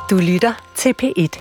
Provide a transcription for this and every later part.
Du lytter til P1.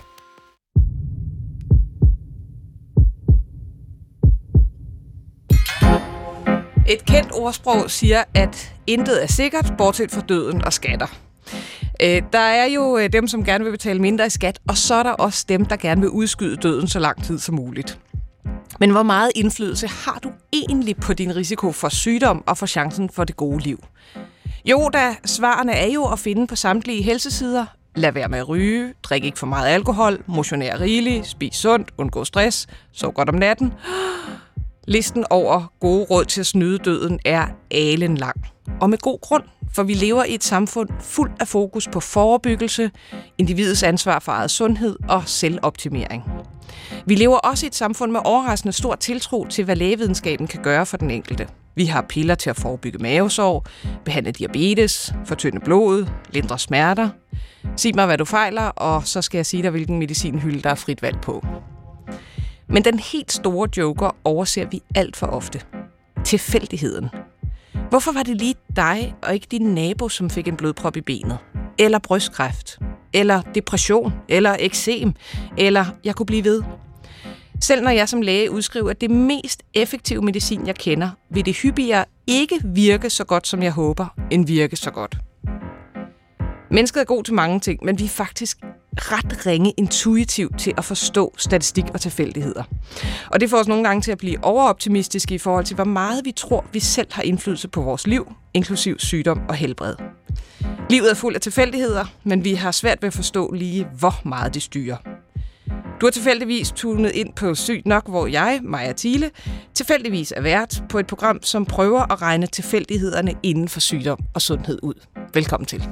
Et kendt ordsprog siger, at intet er sikkert, bortset fra døden og skatter. Der er jo dem, som gerne vil betale mindre i skat, og så er der også dem, der gerne vil udskyde døden så lang tid som muligt. Men hvor meget indflydelse har du egentlig på din risiko for sygdom og for chancen for det gode liv? Jo, da svarene er jo at finde på samtlige helsesider. Lad være med at ryge, drik ikke for meget alkohol, motionere rigeligt, spis sundt, undgå stress, sov godt om natten. Listen over gode råd til at snyde døden er alenlang. Og med god grund, for vi lever i et samfund fuldt af fokus på forebyggelse, individets ansvar for eget sundhed og selvoptimering. Vi lever også i et samfund med overraskende stor tiltro til, hvad lægevidenskaben kan gøre for den enkelte. Vi har piller til at forebygge mavesår, behandle diabetes, fortynde blodet, lindre smerter. Sig mig, hvad du fejler, og så skal jeg sige dig, hvilken medicinhylde der er frit valg på. Men den helt store joker overser vi alt for ofte. Tilfældigheden. Hvorfor var det lige dig og ikke din nabo, som fik en blodprop i benet? Eller brystkræft? Eller depression? Eller eksem? Eller jeg kunne blive ved? Selv når jeg som læge udskriver, at det mest effektive medicin, jeg kender, vil det hyppigere ikke virke så godt, som jeg håber, end virke så godt. Mennesket er god til mange ting, men vi er faktisk ret ringe intuitivt til at forstå statistik og tilfældigheder. Og det får os nogle gange til at blive overoptimistiske i forhold til, hvor meget vi tror, vi selv har indflydelse på vores liv, inklusiv sygdom og helbred. Livet er fuld af tilfældigheder, men vi har svært ved at forstå lige, hvor meget det styrer. Du har tilfældigvis tunet ind på Sygt Nok, hvor jeg, Maja Thiele, tilfældigvis er vært på et program, som prøver at regne tilfældighederne inden for sygdom og sundhed ud. Velkommen til.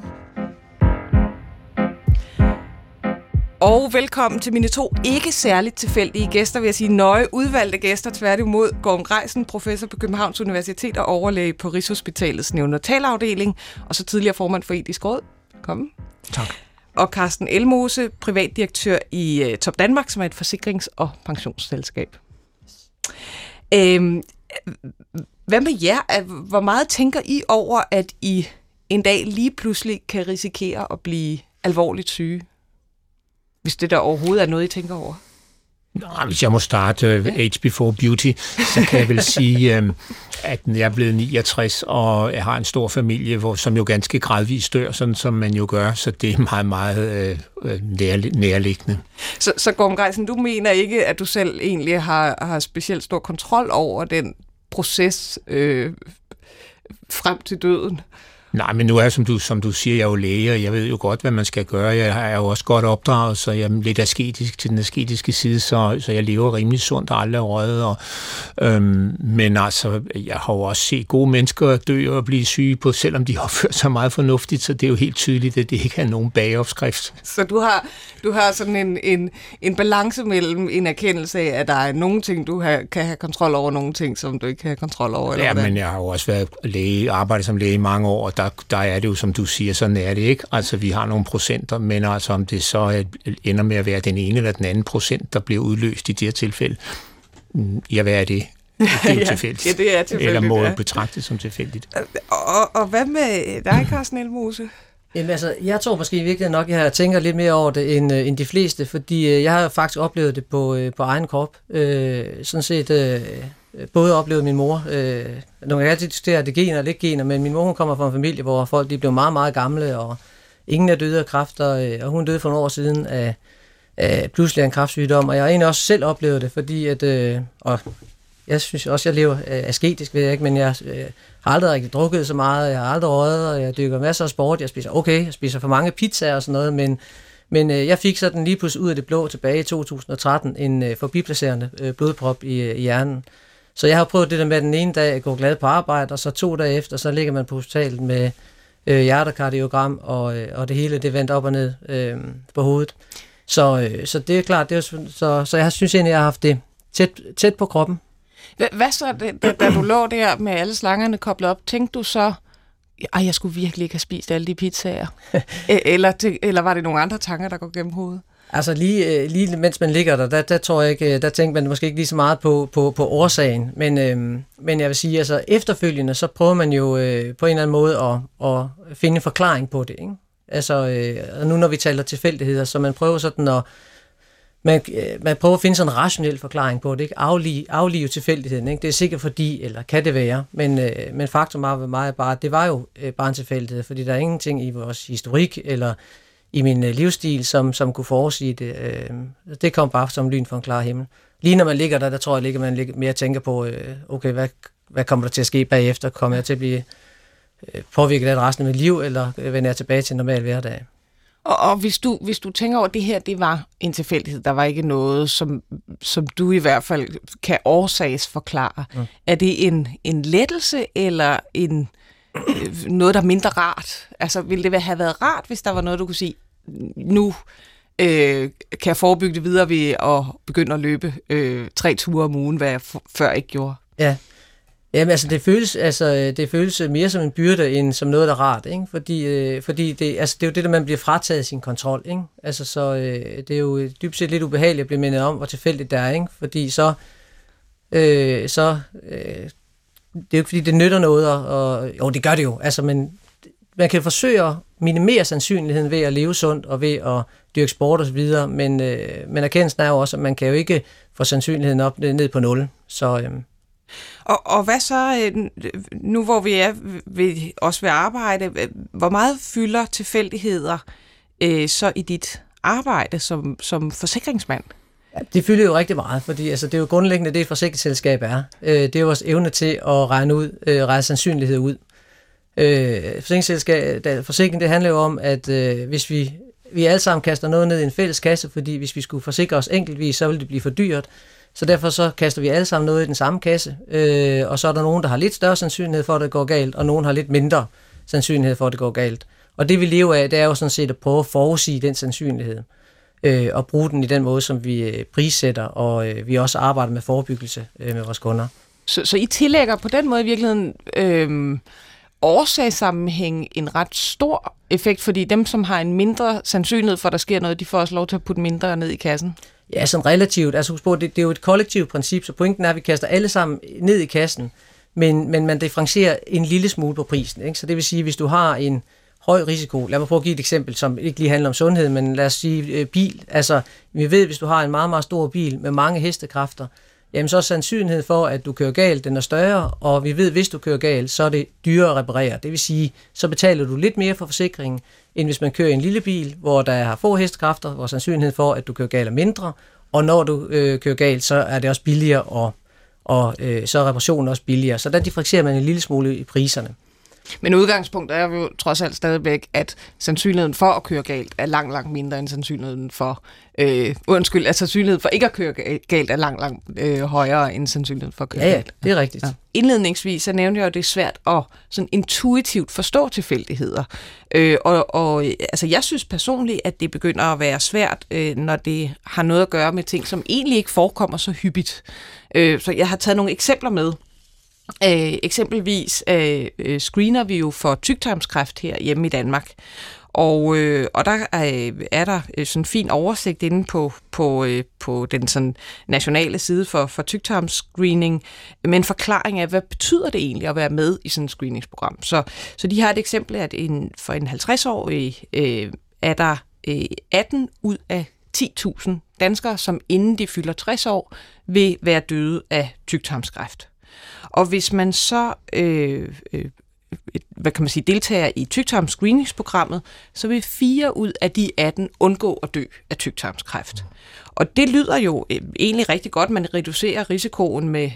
Og velkommen til mine to ikke særligt tilfældige gæster, vil jeg sige nøje udvalgte gæster, tværtimod Gorm Greisen, professor på Københavns Universitet og overlæge på Rigshospitalets neonatalafdeling, og så tidligere formand for Etisk Råd. Velkommen. Tak. Og Carsten Elmose, privatdirektør i Top Danmark, som er et forsikrings- og pensionsselskab. Hvad med jer? Hvor meget tænker I over, at I en dag lige pludselig kan risikere at blive alvorligt syge? Hvis det der overhovedet er noget, I tænker over? Nå, hvis jeg må starte Age Before Beauty, så kan jeg vel sige, at jeg er blevet 69, og jeg har en stor familie, som jo ganske gradvist dør, sådan som man jo gør, så det er meget, meget nærliggende. Så Gorm Greisen, du mener ikke, at du selv egentlig har specielt stor kontrol over den proces frem til døden? Nej, men nu er som du siger, jeg er jo læge, og jeg ved jo godt, hvad man skal gøre. Jeg er jo også godt opdraget, så jeg er lidt asketisk til den asketiske side, så jeg lever rimelig sundt og aldrig røget. Men altså, jeg har jo også set gode mennesker dø og blive syge på, selvom de opfører sig meget fornuftigt, så det er jo helt tydeligt, at det ikke er nogen bageopskrift. Så du har sådan en balance mellem en erkendelse af, at der er nogle ting, du kan have kontrol over, nogle ting, som du ikke kan have kontrol over? Eller men jeg har jo også været læge, arbejdet som læge i mange år, og der er det jo, som du siger, sådan er det ikke. Altså, vi har nogle procenter, men altså, om det så ender med at være den ene eller den anden procent, der bliver udløst i det her tilfælde, ja, hvad er det? Det er jo tilfældigt. Ja, det er tilfældigt. Eller må betragtes som tilfældigt. Og hvad med dig, Carsten Elmose? Jamen altså, jeg tror måske virkelig nok, jeg tænker lidt mere over det end de fleste, fordi jeg har faktisk oplevet det på egen krop. Sådan set både oplevet min mor. Nu kan jeg altid diskutere, det gener eller ikke gener, men min mor hun kommer fra en familie, hvor folk de blev meget, meget gamle, og ingen er døde af kræft, og hun døde for nogle år siden af pludselig en kræftsygdom, og jeg har egentlig også selv oplevet det, fordi at, og jeg synes også, jeg lever asketisk, ved jeg ikke, men jeg har aldrig rigtig drukket så meget, jeg har aldrig røget, og jeg dykker masser af sport, jeg spiser for mange pizzaer og sådan noget, men jeg fik sådan lige pludselig ud af det blå tilbage i 2013 en forbiplacerende blodprop i hjernen. Så jeg har prøvet det der med den ene dag at gå glad på arbejde, og så 2 dage efter, så ligger man på hospitalet med hjertekardiogram, og det hele det vendt op og ned på hovedet. Så det er klart, så jeg synes egentlig, jeg har haft det tæt på kroppen. Hvad så, da du lå der med alle slangerne koblet op, tænkte du så, jeg skulle virkelig ikke have spist alle de pizzaer? eller var det nogle andre tanker, der går gennem hovedet? Altså lige mens man ligger der tror jeg ikke, der tænker man måske ikke lige så meget på årsagen, men jeg vil sige, altså efterfølgende, så prøver man jo på en eller anden måde at finde en forklaring på det, ikke? Nu når vi taler tilfældigheder, så man prøver sådan at man prøver at finde sådan en rationel forklaring på det, ikke? Aflive tilfældigheden, ikke? Det er sikkert fordi, eller kan det være, men faktum er meget bare, det var jo bare en tilfældighed, fordi der er ingenting i vores historik, eller i min livsstil, som kunne forudsige det. Det kom bare som lyn fra en klar himmel. Lige når man ligger der tror jeg, ligger man mere og tænker på, okay, hvad kommer der til at ske bagefter? Kommer jeg til at blive påvirket af resten af mit liv, eller vender jeg tilbage til en normal hverdag? Og hvis du tænker over, at det her, det var en tilfældighed, der var ikke noget, som du i hvert fald kan årsagsforklare. Er det en lettelse, eller noget, der er mindre rart? Altså, ville det have været rart, hvis der var noget, du kunne sige, nu kan jeg forebygge det videre ved at begynde at løbe 3 ture om ugen, hvad jeg før ikke gjorde? Ja. Jamen, altså det føles mere som en byrde end som noget der er rart, ikke? Fordi det er jo det, der man bliver frataget sin kontrol, ikke? Altså så det er jo dybest set lidt ubehageligt at blive mindet om, hvor tilfældigt det er, ikke? Fordi så det er jo ikke fordi det nytter noget, og jo det gør det jo, altså men man kan forsøge at minimere sandsynligheden ved at leve sundt og ved at dyrke sport og så videre, men erkendelsen er jo også, at man kan jo ikke få sandsynligheden op ned på 0, så Og hvad så, nu hvor vi er også ved arbejde, hvor meget fylder tilfældigheder så i dit arbejde som forsikringsmand? Ja, det fylder jo rigtig meget, fordi altså, det er jo grundlæggende det, et forsikringsselskab er. Det er jo vores evne til at regne sandsynlighed ud. Forsikring, det handler jo om, at hvis vi alle sammen kaster noget ned i en fælles kasse, fordi hvis vi skulle forsikre os enkeltvis, så ville det blive for dyrt. Så derfor så kaster vi alle sammen noget i den samme kasse, og så er der nogen, der har lidt større sandsynlighed for, at det går galt, og nogen har lidt mindre sandsynlighed for, at det går galt. Og det vi lever af, det er jo sådan set at prøve at forudsige den sandsynlighed, og bruge den i den måde, som vi prissætter, og vi også arbejder med forebyggelse med vores kunder. Så I tillægger på den måde i virkeligheden årsagssammenhæng en ret stor effekt, fordi dem, som har en mindre sandsynlighed for, at der sker noget, de får også lov til at putte mindre ned i kassen? Ja, sådan relativt. Altså husk på, det er jo et kollektivt princip, så pointen er, at vi kaster alle sammen ned i kassen, men man differentierer en lille smule på prisen, ikke? Så det vil sige, hvis du har en høj risiko, lad mig prøve at give et eksempel, som ikke lige handler om sundhed, men lad os sige bil. Altså, vi ved, hvis du har en meget, meget stor bil med mange hestekræfter, jamen så er sandsynligheden for, at du kører galt, den er større, og vi ved, hvis du kører galt, så er det dyrere at reparere. Det vil sige, så betaler du lidt mere for forsikringen, end hvis man kører i en lille bil, hvor der har få hestekræfter, hvor sandsynligheden for, at du kører galt er mindre, og når du kører galt, så er det også billigere, og så er reparationen også billigere. Så der differentierer man en lille smule i priserne. Men udgangspunktet er jo trods alt stadigvæk, at sandsynligheden for at køre galt er langt, langt mindre end sandsynligheden for... at sandsynligheden for ikke at køre galt er langt, langt højere end sandsynligheden for at køre galt. Ja, det er rigtigt. Ja. Indledningsvis så nævnte jeg jo, at det er svært at sådan intuitivt forstå tilfældigheder. Altså, jeg synes personligt, at det begynder at være svært, når det har noget at gøre med ting, som egentlig ikke forekommer så hyppigt. Så jeg har taget nogle eksempler med. Eksempelvis screener vi jo for tyktarmskræft her hjemme i Danmark. Og der er der sådan en fin oversigt inde på den sådan nationale side for tyktarmsscreening med en forklaring af, hvad betyder det egentlig at være med i sådan et screeningsprogram. Så de har et eksempel, at for en 50-årig er der 18 ud af 10.000 danskere, som inden de fylder 60 år, vil være døde af tyktarmskræft. Og hvis man så deltager i tyktarmsscreeningsprogrammet, så vil 4 ud af de 18 undgå at dø af tyktarmskræft. Og det lyder jo egentlig rigtig godt. Man reducerer risikoen med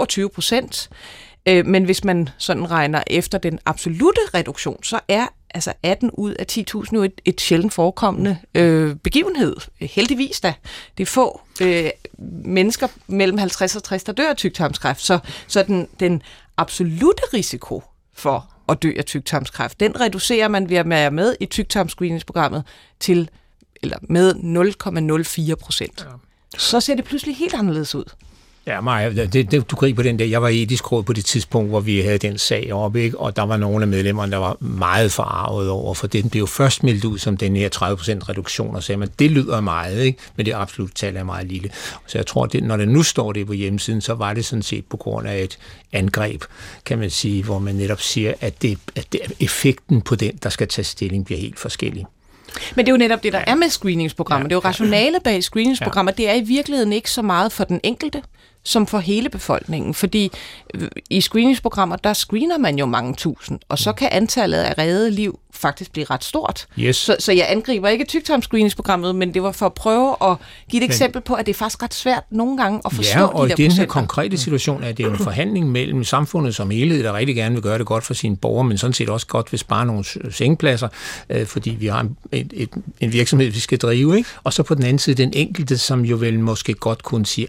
22%. Men hvis man sådan regner efter den absolute reduktion, så er altså 18 ud af 10.000 jo et sjældent forekommende begivenhed. Heldigvis da. Det er få mennesker mellem 50 og 60, der dør af tyktarmskræft. Så den absolute risiko for at dø af tyktarmskræft, den reducerer man ved at være med i tyktarmsscreeningsprogrammet med 0,04%. Ja. Så ser det pludselig helt anderledes ud. Ja, Maja, du griber den der. Jeg var etisk råd på det tidspunkt, hvor vi havde den sag oppe, ikke? Og der var nogle af medlemmerne, der var meget forarvet over, for den blev jo først meldt ud som den her 30% reduktion, og sagde man, det lyder meget, ikke? Men det absolut tal er meget lille. Så jeg tror, når det nu står det på hjemmesiden, så var det sådan set på grund af et angreb, kan man sige, hvor man netop siger, at effekten på den, der skal tage stilling, bliver helt forskellig. Men det er jo netop det, der er med screeningsprogrammer. Det er jo rationale bag screeningsprogrammer. Det er i virkeligheden ikke så meget for den enkelte, som for hele befolkningen. Fordi i screeningsprogrammer, der screener man jo mange tusind, og så kan antallet af reddede liv faktisk blive ret stort. Yes. Så jeg angriber ikke tyktarmscreeningsprogrammet, men det var for at prøve at give et eksempel på, at det er faktisk ret svært nogle gange at forstå de der procenter. Ja, og i den her konkrete situation er det jo en forhandling mellem samfundet som helhed, der rigtig gerne vil gøre det godt for sine borgere, men sådan set også godt vil spare nogle sengepladser, fordi vi har en virksomhed, vi skal drive, ikke? Og så på den anden side den enkelte, som jo vel måske godt kunne sige,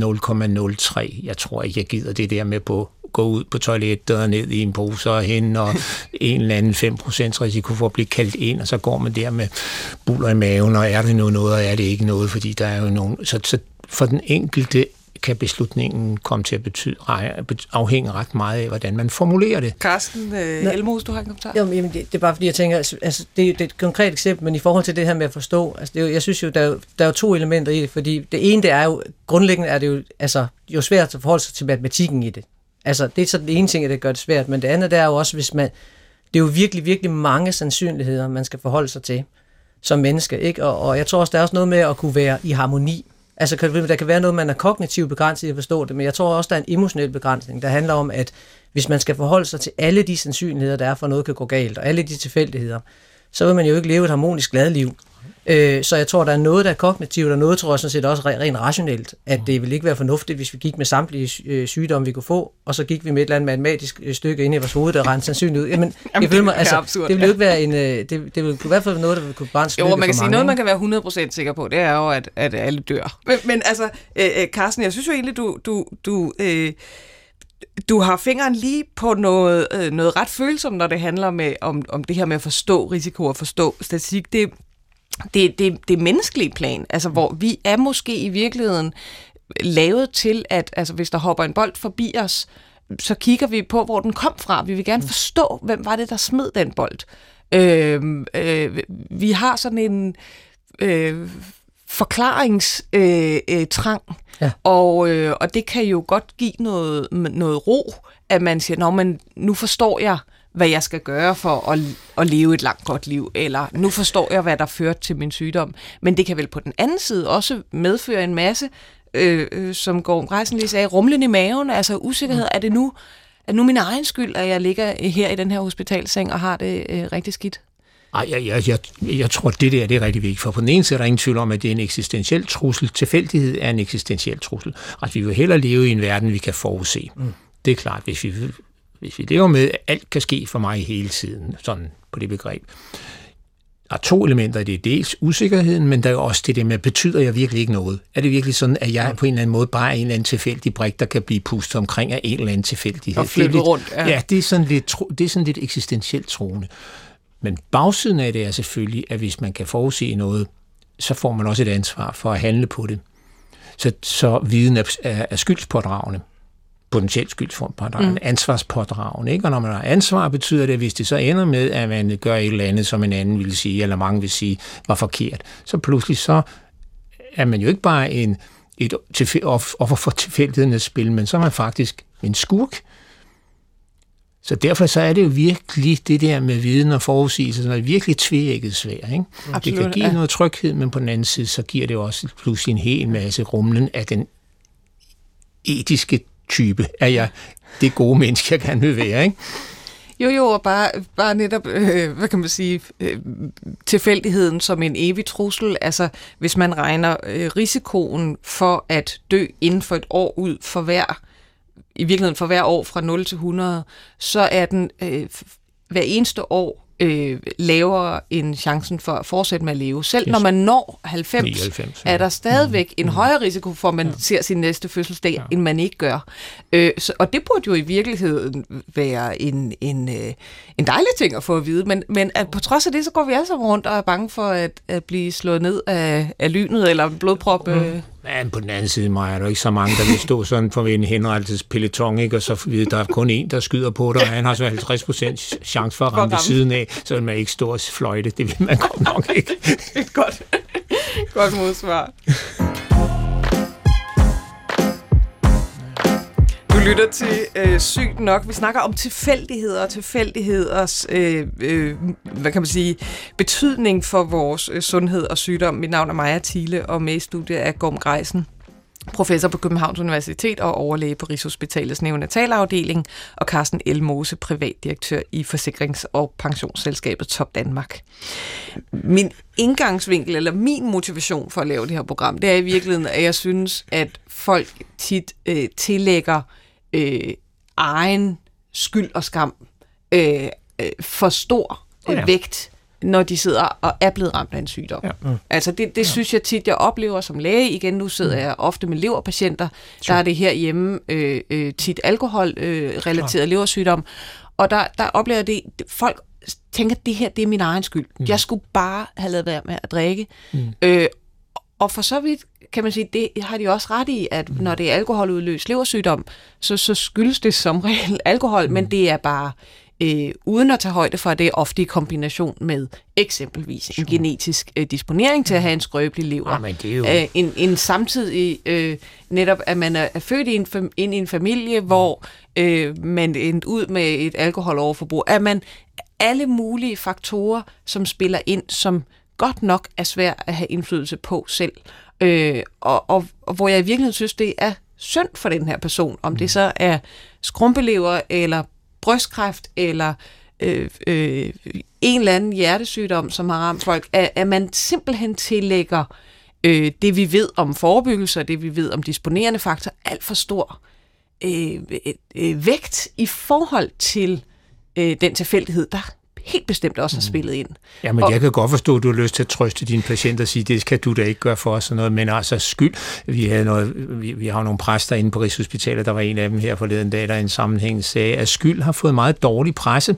0,03. Jeg tror ikke, jeg gider det der med på gå ud på toilettet og ned i en pose og hen, og en eller anden 5% risiko for at blive kaldt ind, og så går man der med buller i maven, og er det noget, og er det ikke noget, fordi der er jo nogen. Så for den enkelte kan beslutningen komme til at afhænge ret meget af, hvordan man formulerer det. Carsten Elmos, du har en kommentar? Jo, men det er bare fordi, jeg tænker, altså, det er et konkret eksempel, men i forhold til det her med at forstå, altså, jeg synes jo, der er jo to elementer i det, fordi det ene, det er jo, grundlæggende er det jo, altså, jo svært at forholde sig til matematikken i det. Altså, det er så den ene ting, at det gør det svært, men det andet, det er jo også, hvis man, det er jo virkelig, virkelig mange sandsynligheder, man skal forholde sig til som menneske, ikke? Og jeg tror også, der er også noget med at kunne være i harmoni. Altså, der kan være noget, man er kognitivt begrænset i at forstå det, men jeg tror også, der er en emotionel begrænsning, der handler om, at hvis man skal forholde sig til alle de sandsynligheder, der er for, noget kan gå galt, og alle de tilfældigheder, så vil man jo ikke leve et harmonisk glad liv. Så jeg tror, der er noget, der er kognitivt, og noget tror jeg sådan set også rent rationelt, at det vil ikke være fornuftigt, hvis vi gik med samtlige sygdomme, vi kunne få, og så gik vi med et eller andet matematisk stykke ind i vores hoved, der rent sandsynligt ud. Jamen jeg føler mig, altså, det vil jo ikke være en, det vil i hvert fald noget, der vil kunne bare en stykke. Jo, man kan sige noget, man kan være 100% sikker på, det er jo, at alle dør. Men altså, Carsten, jeg synes jo egentlig, du har fingeren lige på noget ret følsomt, når det handler om det her med at forstå risiko og forstå statistik. Det menneskelige plan, altså hvor vi er måske i virkeligheden lavet til, at altså, hvis der hopper en bold forbi os, så kigger vi på, hvor den kom fra. Vi vil gerne forstå, hvem var det, der smed den bold. Vi har sådan en forklaringstrang, ja. Og det kan jo godt give noget ro, at man siger, men nu forstår jeg, hvad jeg skal gøre for at leve et langt godt liv, eller nu forstår jeg, hvad der førte til min sygdom. Men det kan vel på den anden side også medføre en masse, som Gorm Greisen lige sagde, rumlen i maven, altså usikkerhed. Er det nu min egen skyld, at jeg ligger her i den her hospitalseng og har det rigtig skidt? Jeg tror, det der det er rigtig vigtigt, for på den ene side er der ingen tvivl om, at det er en eksistentiel trussel. Tilfældighed er en eksistentiel trussel. Altså, vi vil hellere leve i en verden, vi kan forudse. Det er klart, hvis vi lever med, at alt kan ske for mig hele tiden, sådan på det begreb. Der er to elementer i det. Dels usikkerheden, men der er også det der med, betyder jeg virkelig ikke noget? Er det virkelig sådan, at jeg på en eller anden måde bare er en eller anden tilfældig brik, der kan blive pustet omkring af en eller anden tilfældighed? Og flyttet rundt. Ja, det er sådan lidt eksistentielt troende. Men bagsiden af det er selvfølgelig, at hvis man kan forudse noget, så får man også et ansvar for at handle på det. Så viden er skyldspådragende. Potentielt skyldspådragende, ansvarspådragende, ikke? Og når man har ansvar, betyder det, at hvis det så ender med, at man gør et eller andet, som en anden vil sige, eller mange vil sige, var forkert, så pludselig så er man jo ikke bare et offer for tilfældighedernes spil, men så er man faktisk en skurk. Så derfor så er det jo virkelig det der med viden og forudsigelse, som er virkelig tveægget svært, ikke? Det kan give noget tryghed, men på den anden side, så giver det også pludselig en hel masse rumlen af den etiske type. Er jeg det gode menneske, jeg gerne vil være, ikke? Jo, og bare netop, hvad kan man sige, tilfældigheden som en evig trussel. Altså, hvis man regner risikoen for at dø inden for et år ud for hver år fra 0 til 100, så er den hver eneste år lavere end chancen for at fortsætte med at leve. Selv når man når 90 er der stadigvæk en højere risiko for, at man ser sin næste fødselsdag, end man ikke gør. Og det burde jo i virkeligheden være en dejlig ting at få at vide, men at på trods af det, så går vi alle sammen rundt og er bange for at blive slået ned af lynet eller blodprop. Ja, på den anden side, Maja, er der ikke så mange, der vil stå sådan på en henrettelsespeloton, ikke? Og så ved der er kun en, der skyder på dig, og han har så 50% chance for at ramme ved siden af, så vil man ikke stå og fløjte. Det vil man godt nok ikke. Godt modsvar. Du lytter til Sygt Nok. Vi snakker om tilfældigheder og tilfældigheders hvad kan man sige, betydning for vores sundhed og sygdom. Mit navn er Maja Thiele, og med i studiet er Gorm Greisen, professor på Københavns Universitet og overlæge på Rigshospitalets neonatalafdeling, og Carsten L. Mose, privatdirektør i Forsikrings- og Pensionsselskabet Top Danmark. Min indgangsvinkel, eller min motivation for at lave det her program, det er i virkeligheden, at jeg synes, at folk tit tillægger egen skyld og skam for stor vægt, når de sidder og er blevet ramt af en sygdom. Ja. Altså det synes jeg tit, jeg oplever som læge. Igen, nu sidder jeg ofte med leverpatienter. Der er det herhjemme tit alkoholrelateret leversygdom. Og der oplever jeg det, folk tænker, at det her, det er min egen skyld. Jeg skulle bare have lavet være med at drikke. Og for så vidt kan man sige, det har de også ret i, at når det er alkoholudløst leversygdom, så skyldes det som regel alkohol, men det er bare uden at tage højde for, at det er ofte i kombination med eksempelvis en genetisk disponering til at have en skrøbelig lever. Men det er jo... en samtidig netop, at man er født ind i en familie, hvor man endte ud med et alkoholoverforbrug. At man alle mulige faktorer, som spiller ind, som godt nok er svært at have indflydelse på selv. Og hvor jeg i virkeligheden synes, det er synd for den her person, om det så er skrumpelever, eller brystkræft, eller en eller anden hjertesygdom, som har ramt folk, at man simpelthen tillægger det, vi ved om forebyggelse, og det, vi ved om disponerende faktor, alt for stor vægt i forhold til den tilfældighed, der helt bestemt også har spillet ind. Ja, men jeg kan godt forstå, at du har lyst til at trøste dine patienter og sige, det skal du da ikke gøre for os og noget, men altså skyld. Vi har nogle præster inde på Rigshospitalet, der var en af dem her forleden dag, der i en sammenhæng sagde, at skyld har fået meget dårlig presse.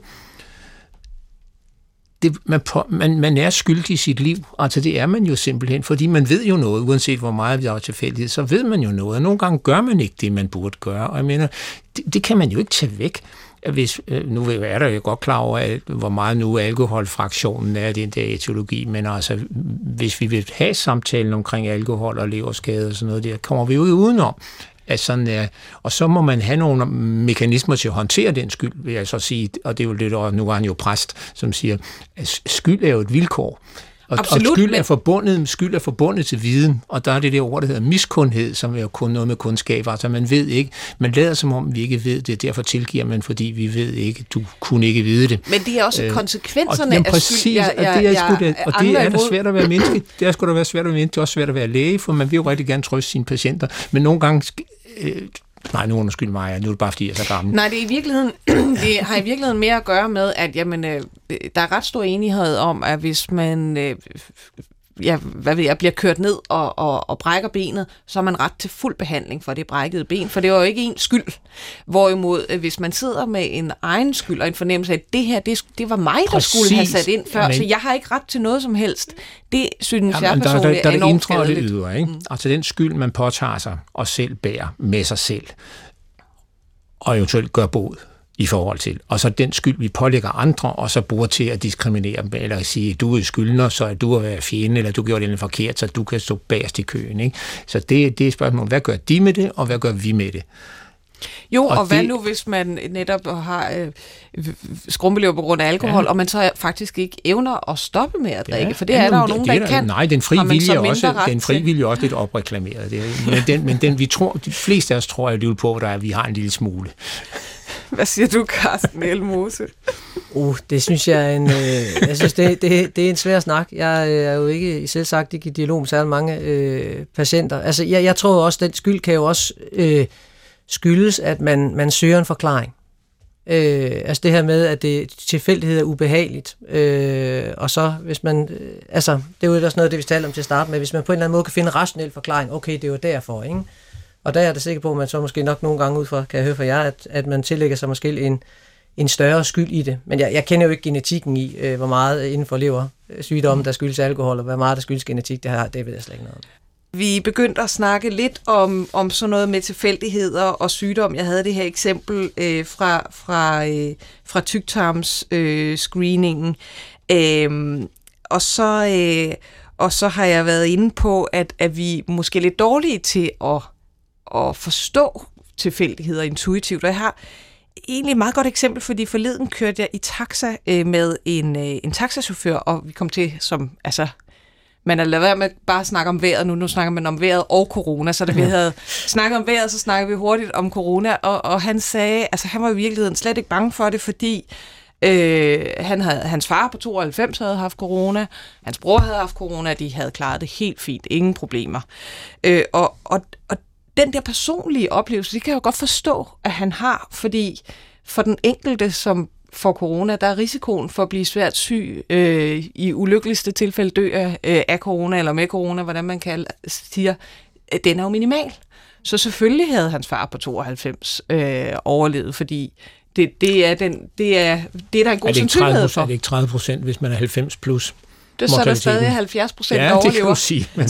Man er skyldig i sit liv, altså det er man jo simpelthen, fordi man ved jo noget, uanset hvor meget vi har tilfældighed, så ved man jo noget, og nogle gange gør man ikke det, man burde gøre, og jeg mener, det kan man jo ikke tage væk. Hvis, nu er der jo godt klar over, hvor meget nu alkoholfraktionen er i den der etiologi, men altså, hvis vi vil have samtalen omkring alkohol og leverskade og sådan noget der, kommer vi jo udenom. At sådan, og så må man have nogle mekanismer til at håndtere den skyld, vil jeg så sige, og det er jo lidt, og nu er han jo præst, som siger, at skyld er jo et vilkår. Absolut, og skyld er forbundet til viden, og der er det ord, der hedder miskundhed, som er jo kun noget med kundskab, altså man ved ikke, man lader som om vi ikke ved det, derfor tilgiver man, fordi vi ved ikke, du kunne ikke vide det. Men det er også konsekvenserne af skyld, og det er da svært at være menneske, det er sgu da svært at være menneske, det er også svært at være læge, for man vil jo rigtig gerne trøste sine patienter, men nogle gange nej, nu undskyld mig, nu er det bare fordi, jeg er så gammel. Nej, det har i virkeligheden mere at gøre med, at jamen, der er ret stor enighed om, at hvis man bliver kørt ned og brækker benet, så har man ret til fuld behandling for det brækkede ben, for det var jo ikke ens skyld. Hvorimod, hvis man sidder med en egen skyld og en fornemmelse af, at det her, det var mig, der skulle have sat ind før, så jeg har ikke ret til noget som helst. Det synes jeg personligt er enormt skadeligt. Der er ikke? Altså den skyld, man påtager sig og selv bærer med sig selv, og eventuelt gør bod i forhold til. Og så den skyld, vi pålægger andre, og så bruger til at diskriminere dem, eller at sige, du er skyldner, så er du at være fjende, eller du gjorde det forkert, så du kan stå bagerst i køen. Ikke? Så det er spørgsmålet, hvad gør de med det, og hvad gør vi med det? Jo, og hvad nu, hvis man netop har skrumpelever på grund af alkohol, og man så faktisk ikke evner at stoppe med at drikke, for det er der jo nogen, der ikke kan. Nej, den frie vilje er også lidt opreklameret. Men den vi tror, de fleste af os tror alligevel på, at vi har en lille smule. Hvad siger du, Carsten L. Mose? Det synes jeg er jeg synes, det er en svær snak. Jeg er jo ikke selv sagt ikke i dialog med særlig mange patienter. Altså, jeg tror også, den skyld kan jo også skyldes, at man søger en forklaring. Altså det her med, at det tilfældighed er ubehageligt. Og så, hvis man... altså, det er jo også noget, det vi talte om til at starte med. Hvis man på en eller anden måde kan finde en rationel forklaring, okay, det er jo derfor, ikke? Og der er det sikker på, at man så måske nok nogle gange ud fra, kan jeg høre fra jer, at man tillægger sig måske en større skyld i det. Men jeg kender jo ikke genetikken i, hvor meget inden for leversygdomme, der skyldes alkohol, og hvor meget der skyldes genetik, det ved jeg slet ikke noget om. Vi begyndte at snakke lidt om sådan noget med tilfældigheder og sygdom. Jeg havde det her eksempel fra tyktarms og så har jeg været inde på, at vi måske er lidt dårlige til at forstå tilfældigheder intuitivt. Og jeg har egentlig et meget godt eksempel, fordi forleden kørte jeg i taxa med en taxachauffør, og vi kom til som, altså, man har lavet være med bare at snakke om vejret nu snakker man om vejret og corona, så da vi havde snakket om vejret, så snakkede vi hurtigt om corona, og han sagde, altså han var i virkeligheden slet ikke bange for det, fordi hans far på 92 havde haft corona, hans bror havde haft corona, de havde klaret det helt fint, ingen problemer. Og den der personlige oplevelse, det kan jeg jo godt forstå, at han har, fordi for den enkelte, som får corona, der er risikoen for at blive svært syg, i ulykkeligste tilfælde dø af corona, eller med corona, hvordan man siger, den er jo minimal. Så selvfølgelig havde hans far på 92 overlevet, fordi det er der en god sandsynlighed for. Er det ikke 30%, hvis man er 90 plus? Så er der stadig 70% der overlever. Ja, det kan du sige. Men...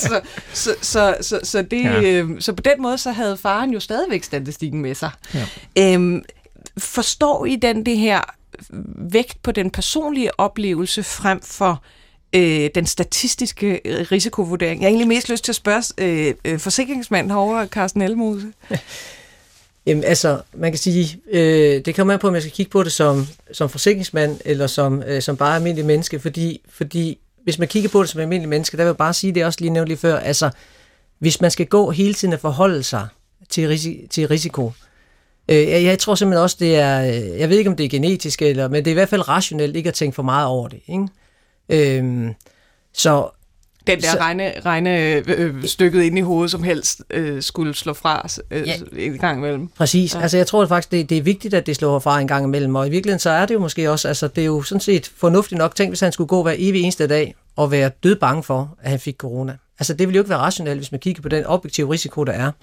så på den måde, så havde faren jo stadigvæk statistikken med sig. Ja. Forstår I det her vægt på den personlige oplevelse frem for den statistiske risikovurdering? Jeg har egentlig mest lyst til at spørge forsikringsmanden herovre, Carsten Elmose. Jamen altså, man kan sige, det kommer an på, om jeg skal kigge på det som forsikringsmand, eller som bare almindelig menneske, fordi hvis man kigger på det som almindelig menneske, der vil jeg bare sige, det også lige nævnt lige før, altså, hvis man skal gå hele tiden at forholde sig til risiko, jeg tror simpelthen også, det er, jeg ved ikke, om det er genetisk, men det er i hvert fald rationelt ikke at tænke for meget over det, ikke? Så den der regnestykket inde i hovedet, som helst skulle slå fra en gang imellem. Præcis. Ja. Altså jeg tror faktisk, det er vigtigt, at det slår fra en gang imellem. Og i virkeligheden så er det jo måske også, altså det er jo sådan set fornuftigt nok. Tænk, hvis han skulle gå hver evig eneste dag og være død bange for, at han fik corona. Altså det ville jo ikke være rationelt, hvis man kigger på den objektive risiko, der er.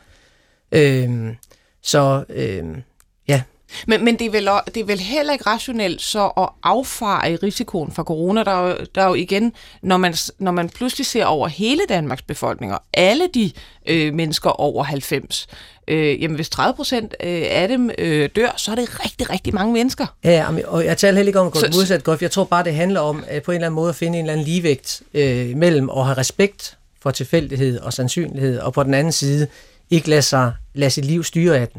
Ja. Men det er vel heller ikke rationelt så at affare risikoen for corona. Der er jo igen, når man pludselig ser over hele Danmarks befolkning, og alle de mennesker over 90, jamen hvis 30% af dem dør, så er det rigtig, rigtig mange mennesker. Ja, og jeg taler heller ikke om at gå modsat godt. Jeg tror bare, det handler om på en eller anden måde at finde en eller anden ligevægt mellem at have respekt for tilfældighed og sandsynlighed, og på den anden side ikke lade sit liv styre af den.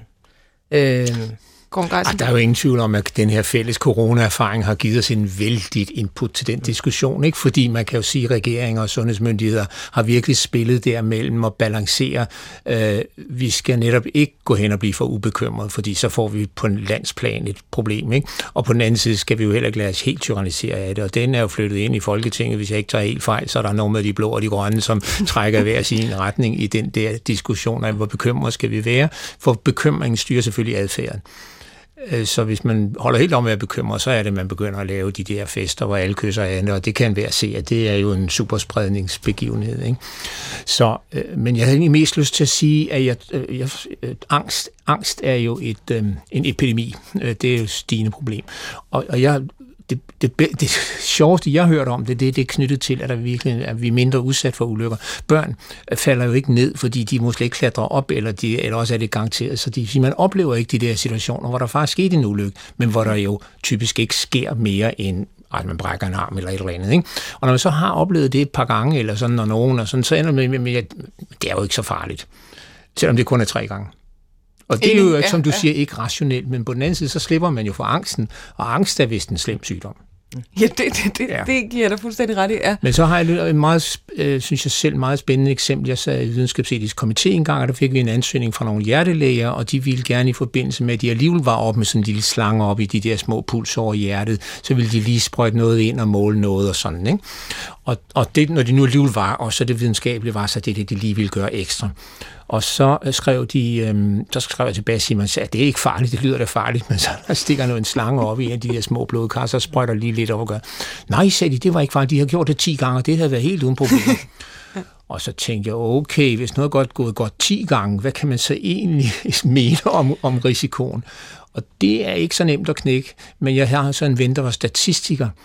Der er jo ingen tvivl om, at den her fælles corona-erfaring har givet os en vældigt input til den diskussion, ikke? Fordi man kan jo sige, at regeringer og sundhedsmyndigheder har virkelig spillet derimellem og balancere. Vi skal netop ikke gå hen og blive for ubekymret, fordi så får vi på en landsplan et problem, ikke? Og på den anden side skal vi jo heller ikke lade os helt tyrannisere af det, og den er jo flyttet ind i Folketinget. Hvis jeg ikke tager helt fejl, så er der nogle med de blå og de grønne, som trækker hver sin retning i den der diskussion af, hvor bekymret skal vi være, for bekymringen styrer selvfølgelig adfærden. Så hvis man holder helt om med at bekymre, så er det, at man begynder at lave de der fester, hvor alle kysser andet, og det kan være se, at det er jo en superspredningsbegivenhed, ikke? Så, men jeg havde egentlig mest lyst til at sige, at angst er jo en epidemi. Det er jo et stigende problem. Og det sjoveste, jeg har hørt om det er knyttet til, at vi er mindre udsat for ulykker. Børn falder jo ikke ned, fordi de måske ikke klatrer op, eller også er det garanteret. Så man oplever ikke de der situationer, hvor der faktisk skete en ulykke, men hvor der jo typisk ikke sker mere end at man brækker en arm eller et eller andet, ikke? Og når man så har oplevet det et par gange, eller sådan, og nogen, og sådan, så ender man med, at det er jo ikke så farligt, selvom det kun er 3 gange. Og det er jo, som du siger, ikke rationelt, men på den anden side, så slipper man jo for angsten, og angst er vist en slem sygdom. Ja, det giver dig fuldstændig ret i, ja. Men så har jeg et meget, synes jeg selv, meget spændende eksempel. Jeg sad i videnskabsetisk komité en gang, og der fik vi en ansøgning fra nogle hjertelæger, og de ville gerne i forbindelse med, at de alligevel var op med sådan en lille slange op i de der små pulser over hjertet, så ville de lige sprøjte noget ind og måle noget og sådan, ikke? Og det, når de nu alligevel var, og så det videnskabelige var, så det de lige ville gøre ekstra. Og så skrev jeg tilbage og sagde, at det er ikke farligt, det lyder da farligt, men så der stikker noget en slange op i en af de der små blodkar, så sprøjter lige lidt over og gør. Nej, sagde de, det var ikke farligt, de har gjort det 10 gange, og det havde været helt uden problemer. Og så tænkte jeg, okay, hvis noget er gået godt 10 gange, hvad kan man så egentlig mene om risikoen? Og det er ikke så nemt at knække, men jeg har så en ven, der var statistiker,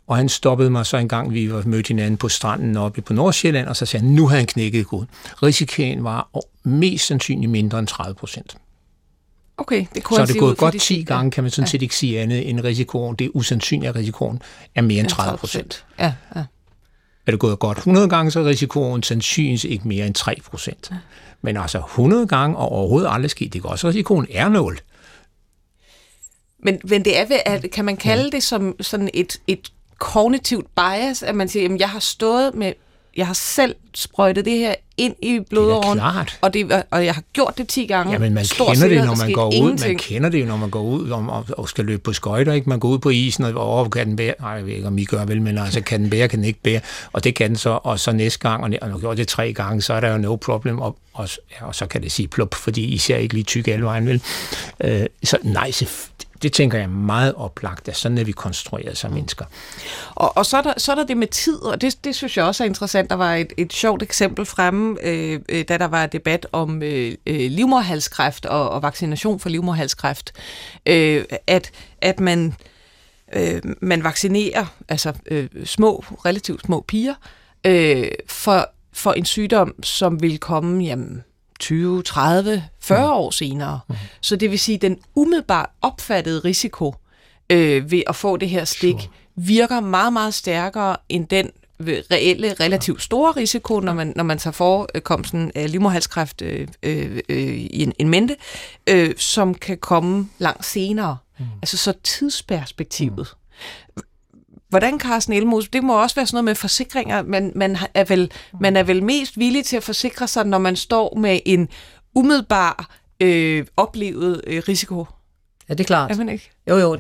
Og han stoppede mig så en gang, vi var mødt hinanden på stranden oppe på Nordsjælland, og så sagde han, nu havde han knækket koden. Risikoen var mest sandsynligt mindre end 30%. Okay, det kunne så er det gået godt 10 gange, kan man sådan set ikke sige andet end risikoen. Det er usandsynligt, at risikoen er mere end 30%. Ja. Er det gået godt 100 gange, så er risikoen sandsynligvis ikke mere end 3%. Ja. Men altså 100 gange og overhovedet aldrig sket, det går også risikoen er 0. Men det er ved, kan man kalde det som sådan et kognitivt bias, at man siger, jamen jeg har selv sprøjtet det her ind i blodåren, og jeg har gjort det 10 gange. Ja, men man kender det, når man går ud. Man kender det jo, når man går ud og skal løbe på skøjter, ikke? Man går ud på isen, og kan den bære? Nej, jeg ved ikke, om I gør vel, men altså, kan den bære, kan den ikke bære? Og det kan den så, og så næste gang, og når gjort det 3 gange, så er der jo no problem, og så kan det sige plup, fordi I ser ikke lige tyk alle vejen, vel? Så nej, det tænker jeg meget oplagt, at sådan er vi konstrueret som mennesker. Og så er der det med tid, og det synes jeg også er interessant. Der var et sjovt eksempel fremme, da der var debat om livmoderhalskræft og vaccination for livmoderhalskræft, at man vaccinerer altså relativt små piger for en sygdom, som vil komme 20, 30, 40 år senere. Så det vil sige, at den umiddelbart opfattede risiko ved at få det her stik virker meget, meget stærkere end den reelle, relativt store risiko, når man tager forekomsten af livmoderhalskræft i en mente, som kan komme langt senere. Altså så tidsperspektivet. Hvordan, Carsten Elmose, det må også være sådan noget med forsikringer, man er vel mest villig til at forsikre sig, når man står med en umiddelbar oplevet risiko? Ja, det er klart. Er man ikke? Jo,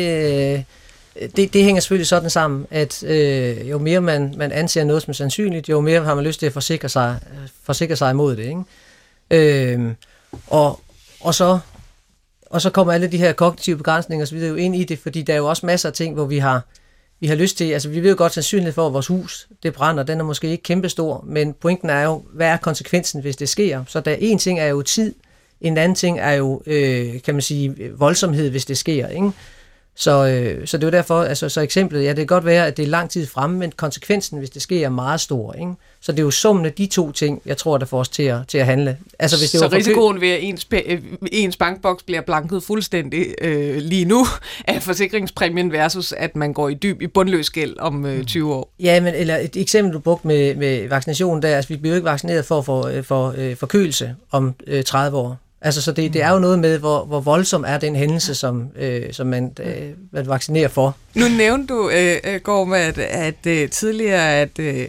det hænger selvfølgelig sådan sammen, at jo mere man anser noget som sandsynligt, jo mere har man lyst til at forsikre sig imod det, ikke? Og så kommer alle de her kognitive begrænsninger osv. jo ind i det, fordi der er jo også masser af ting, hvor vi har lyst til, altså vi ved jo godt sandsynlighed for, at vores hus, det brænder, den er måske ikke kæmpestor, men pointen er jo, hvad er konsekvensen, hvis det sker? Så der en ting er jo tid, en anden ting er jo, kan man sige, voldsomhed, hvis det sker, ikke? Så det er jo derfor, altså så eksemplet, det kan godt være, at det er lang tid fremme, men konsekvensen, hvis det sker, er meget stor, ikke? Så det er jo summen af de 2 ting, jeg tror, der får os til at handle. Altså, hvis det så risikoen ved, at ens bankboks bliver blanket fuldstændig lige nu, er forsikringspræmien versus, at man går i bundløs gæld om 20 år. Ja, men eller et eksempel, du brugte med vaccination, der altså, vi bliver jo ikke vaccineret for forkølelse om 30 år. Altså, så det er jo noget med, hvor voldsom er den hændelse, som man vaccinerer for. Nu nævnte du, Gorm, at tidligere,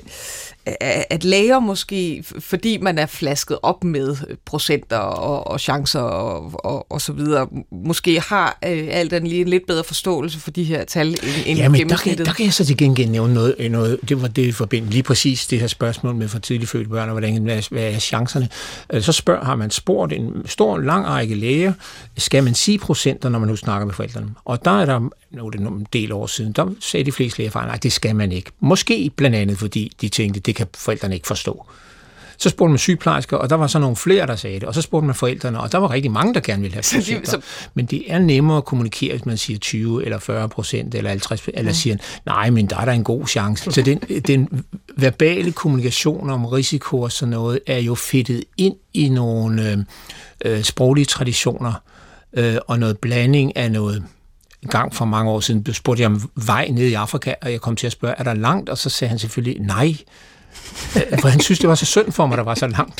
at læger måske, fordi man er flasket op med procenter og chancer og så videre, måske har alt andet lige en lidt bedre forståelse for de her tal end gennemsnittet. Der kan jeg så til gengæld nævne noget. Det var det i forbindelse lige præcis det her spørgsmål med for tidligt fødte børn, og hvad er chancerne. Så har man spurgt en stor, lang række læger, skal man sige procenter, når man nu snakker med forældrene? Og der er der en del år siden, der sagde de fleste læger, nej, det skal man ikke. Måske blandt andet, fordi de tænkte, det kan forældrene ikke forstå. Så spurgte man sygeplejersker, og der var så nogle flere, der sagde det. Og så spurgte man forældrene, og der var rigtig mange, der gerne ville have procenter. Men det er nemmere at kommunikere, hvis man siger 20 eller 40% eller 50%, eller siger, nej, men der er der en god chance. Så den verbale kommunikation om risiko og sådan noget, er jo fedtet ind i nogle sproglige traditioner, og noget blanding af noget. En gang for mange år siden spurgte jeg om vej ned i Afrika, og jeg kom til at spørge, er der langt? Og så sagde han selvfølgelig nej. For han synes, det var så synd for mig, der var så langt.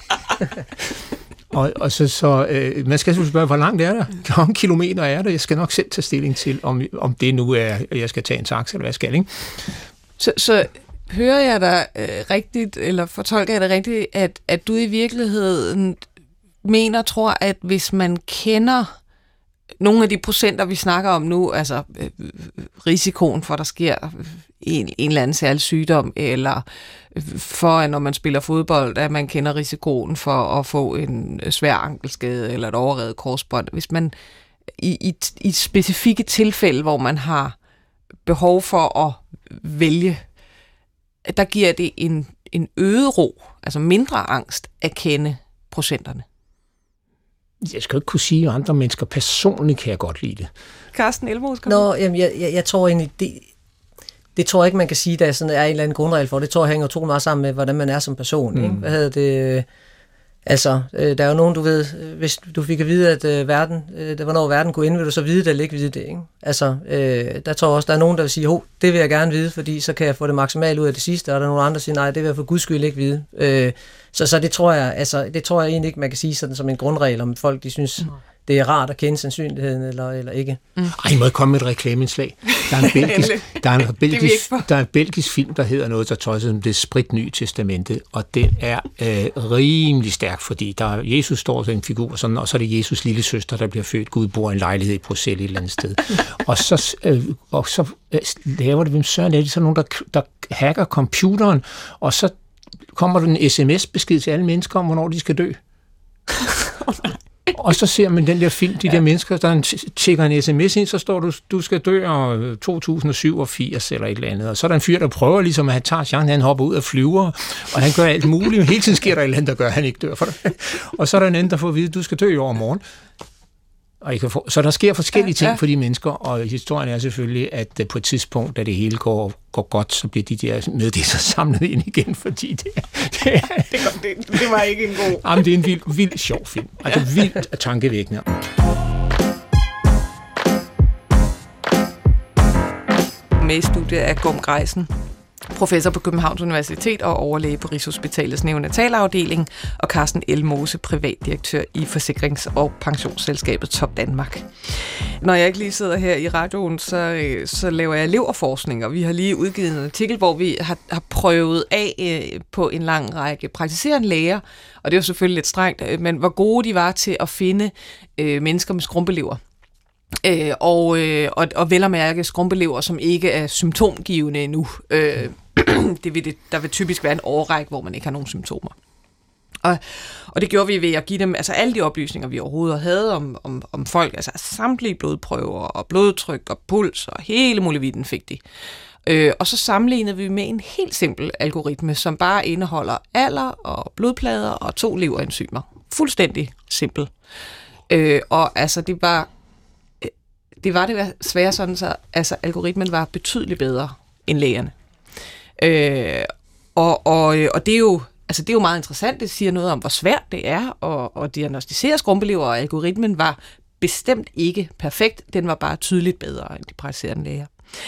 og så man skal selvfølgelig spørge, hvor langt er der? Hvor mange kilometer er der? Jeg skal nok selv tage stilling til, om det nu er, jeg skal tage en taxa, eller hvad jeg skal, ikke? Så hører jeg dig rigtigt, eller fortolker jeg dig rigtigt, at du i virkeligheden tror, at hvis man kender nogle af de procenter, vi snakker om nu, altså risikoen for, at der sker en eller anden særlig sygdom, eller for, at når man spiller fodbold, at man kender risikoen for at få en svær ankelskade eller et overrevet korsbånd. Hvis man i specifikke tilfælde, hvor man har behov for at vælge, der giver det en øget ro, altså mindre angst at kende procenterne. Jeg skal ikke kunne sige, at andre mennesker personligt kan jeg godt lide det. Carsten Elmose, jamen, jeg tror egentlig, det tror jeg ikke, man kan sige, der sådan er en eller anden grundregel for. Det tror jeg hænger utrolig meget sammen med, hvordan man er som person. Ikke? Hvad hedder det? Altså, der er jo nogen, du ved, hvis du fik at vide, at hvornår verden kunne ende, vil du så vide det eller ikke vide det. Ikke? Altså, der tror jeg også, der er nogen, der vil sige, det vil jeg gerne vide, fordi så kan jeg få det maksimalt ud af det sidste, og der er nogle andre, der siger, nej, det vil jeg for guds skyld ikke vide. Så det tror jeg, egentlig ikke, man kan sige sådan som en grundregel, om folk, de synes, det er rart at kende sandsynligheden eller ikke. I må komme med et reklameindslag. Der er en belgisk film, der hedder noget, der tøjser som Det spritnye testamente, og den er rimelig stærk, fordi Jesus står som en figur, sådan, og så er det Jesus' lille søster, der bliver født. Gud bor i en lejlighed i Bruxelles et eller andet sted. og så laver det, hvem søren er det, så nogen, der hacker computeren, og så kommer der en sms-besked til alle mennesker om, hvornår de skal dø. Og så ser man den der film, de der mennesker, der tjekker en sms ind, så står du skal dø år 2087 eller et eller andet. Og så er der en fyr, der prøver ligesom, at han tager chancen, han hopper ud af flyver, og han gør alt muligt. Hele tiden sker der et eller andet, der gør, at han ikke dør for det. Og så er der en anden, der får at vide, at du skal dø i overmorgen. Så der sker forskellige ting for de mennesker, og historien er selvfølgelig, at på et tidspunkt, da det hele går godt, så bliver de der meddelelser samlet ind igen, fordi det var ikke en god... Jamen, det er en vild sjov film. Altså vildt tankevækkende. Med i studiet er Gorm Greisen, professor på Københavns Universitet og overlæge på Rigshospitalets neonatalafdeling, og Carsten L. Mose, privatdirektør i Forsikrings- og Pensionsselskabet Top Danmark. Når jeg ikke lige sidder her i radioen, så laver jeg eleverforskning, og vi har lige udgivet en artikel, hvor vi har prøvet af på en lang række praktiserende læger, og det er jo selvfølgelig lidt strengt, men hvor gode de var til at finde mennesker med skrumpelever. Og vel at mærke skrumpelever, som ikke er symptomgivende endnu. Der vil typisk være en årrække, hvor man ikke har nogen symptomer. Og det gjorde vi ved at give dem altså alle de oplysninger, vi overhovedet havde om folk, altså samtlige blodprøver og blodtryk og puls og hele muligheden fik de. Og så sammenlignede vi med en helt simpel algoritme, som bare indeholder alder og blodplader og 2 leverenzymer. Fuldstændig simpel. Og altså det var svære sådan, så altså, algoritmen var betydeligt bedre end lægerne. Og det er jo altså det er jo meget interessant. Det siger noget om, hvor svært det er at diagnosticere skrumpelever, og algoritmen var bestemt ikke perfekt. Den var bare tydeligt bedre end de praktiserende læger.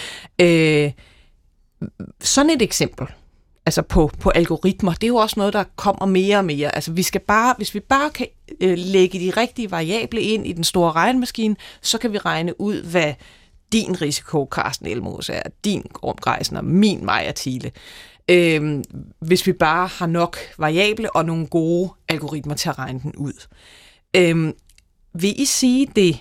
Sådan et eksempel altså på algoritmer, det er jo også noget, der kommer mere og mere. Altså hvis vi bare kan lægge de rigtige variable ind i den store regnemaskine, så kan vi regne ud, hvad din risiko, Carsten L. Mose, er, din Gorm Greisen og min Maja Thiele. Hvis vi bare har nok variable og nogle gode algoritmer til at regne den ud. Vil I sige, det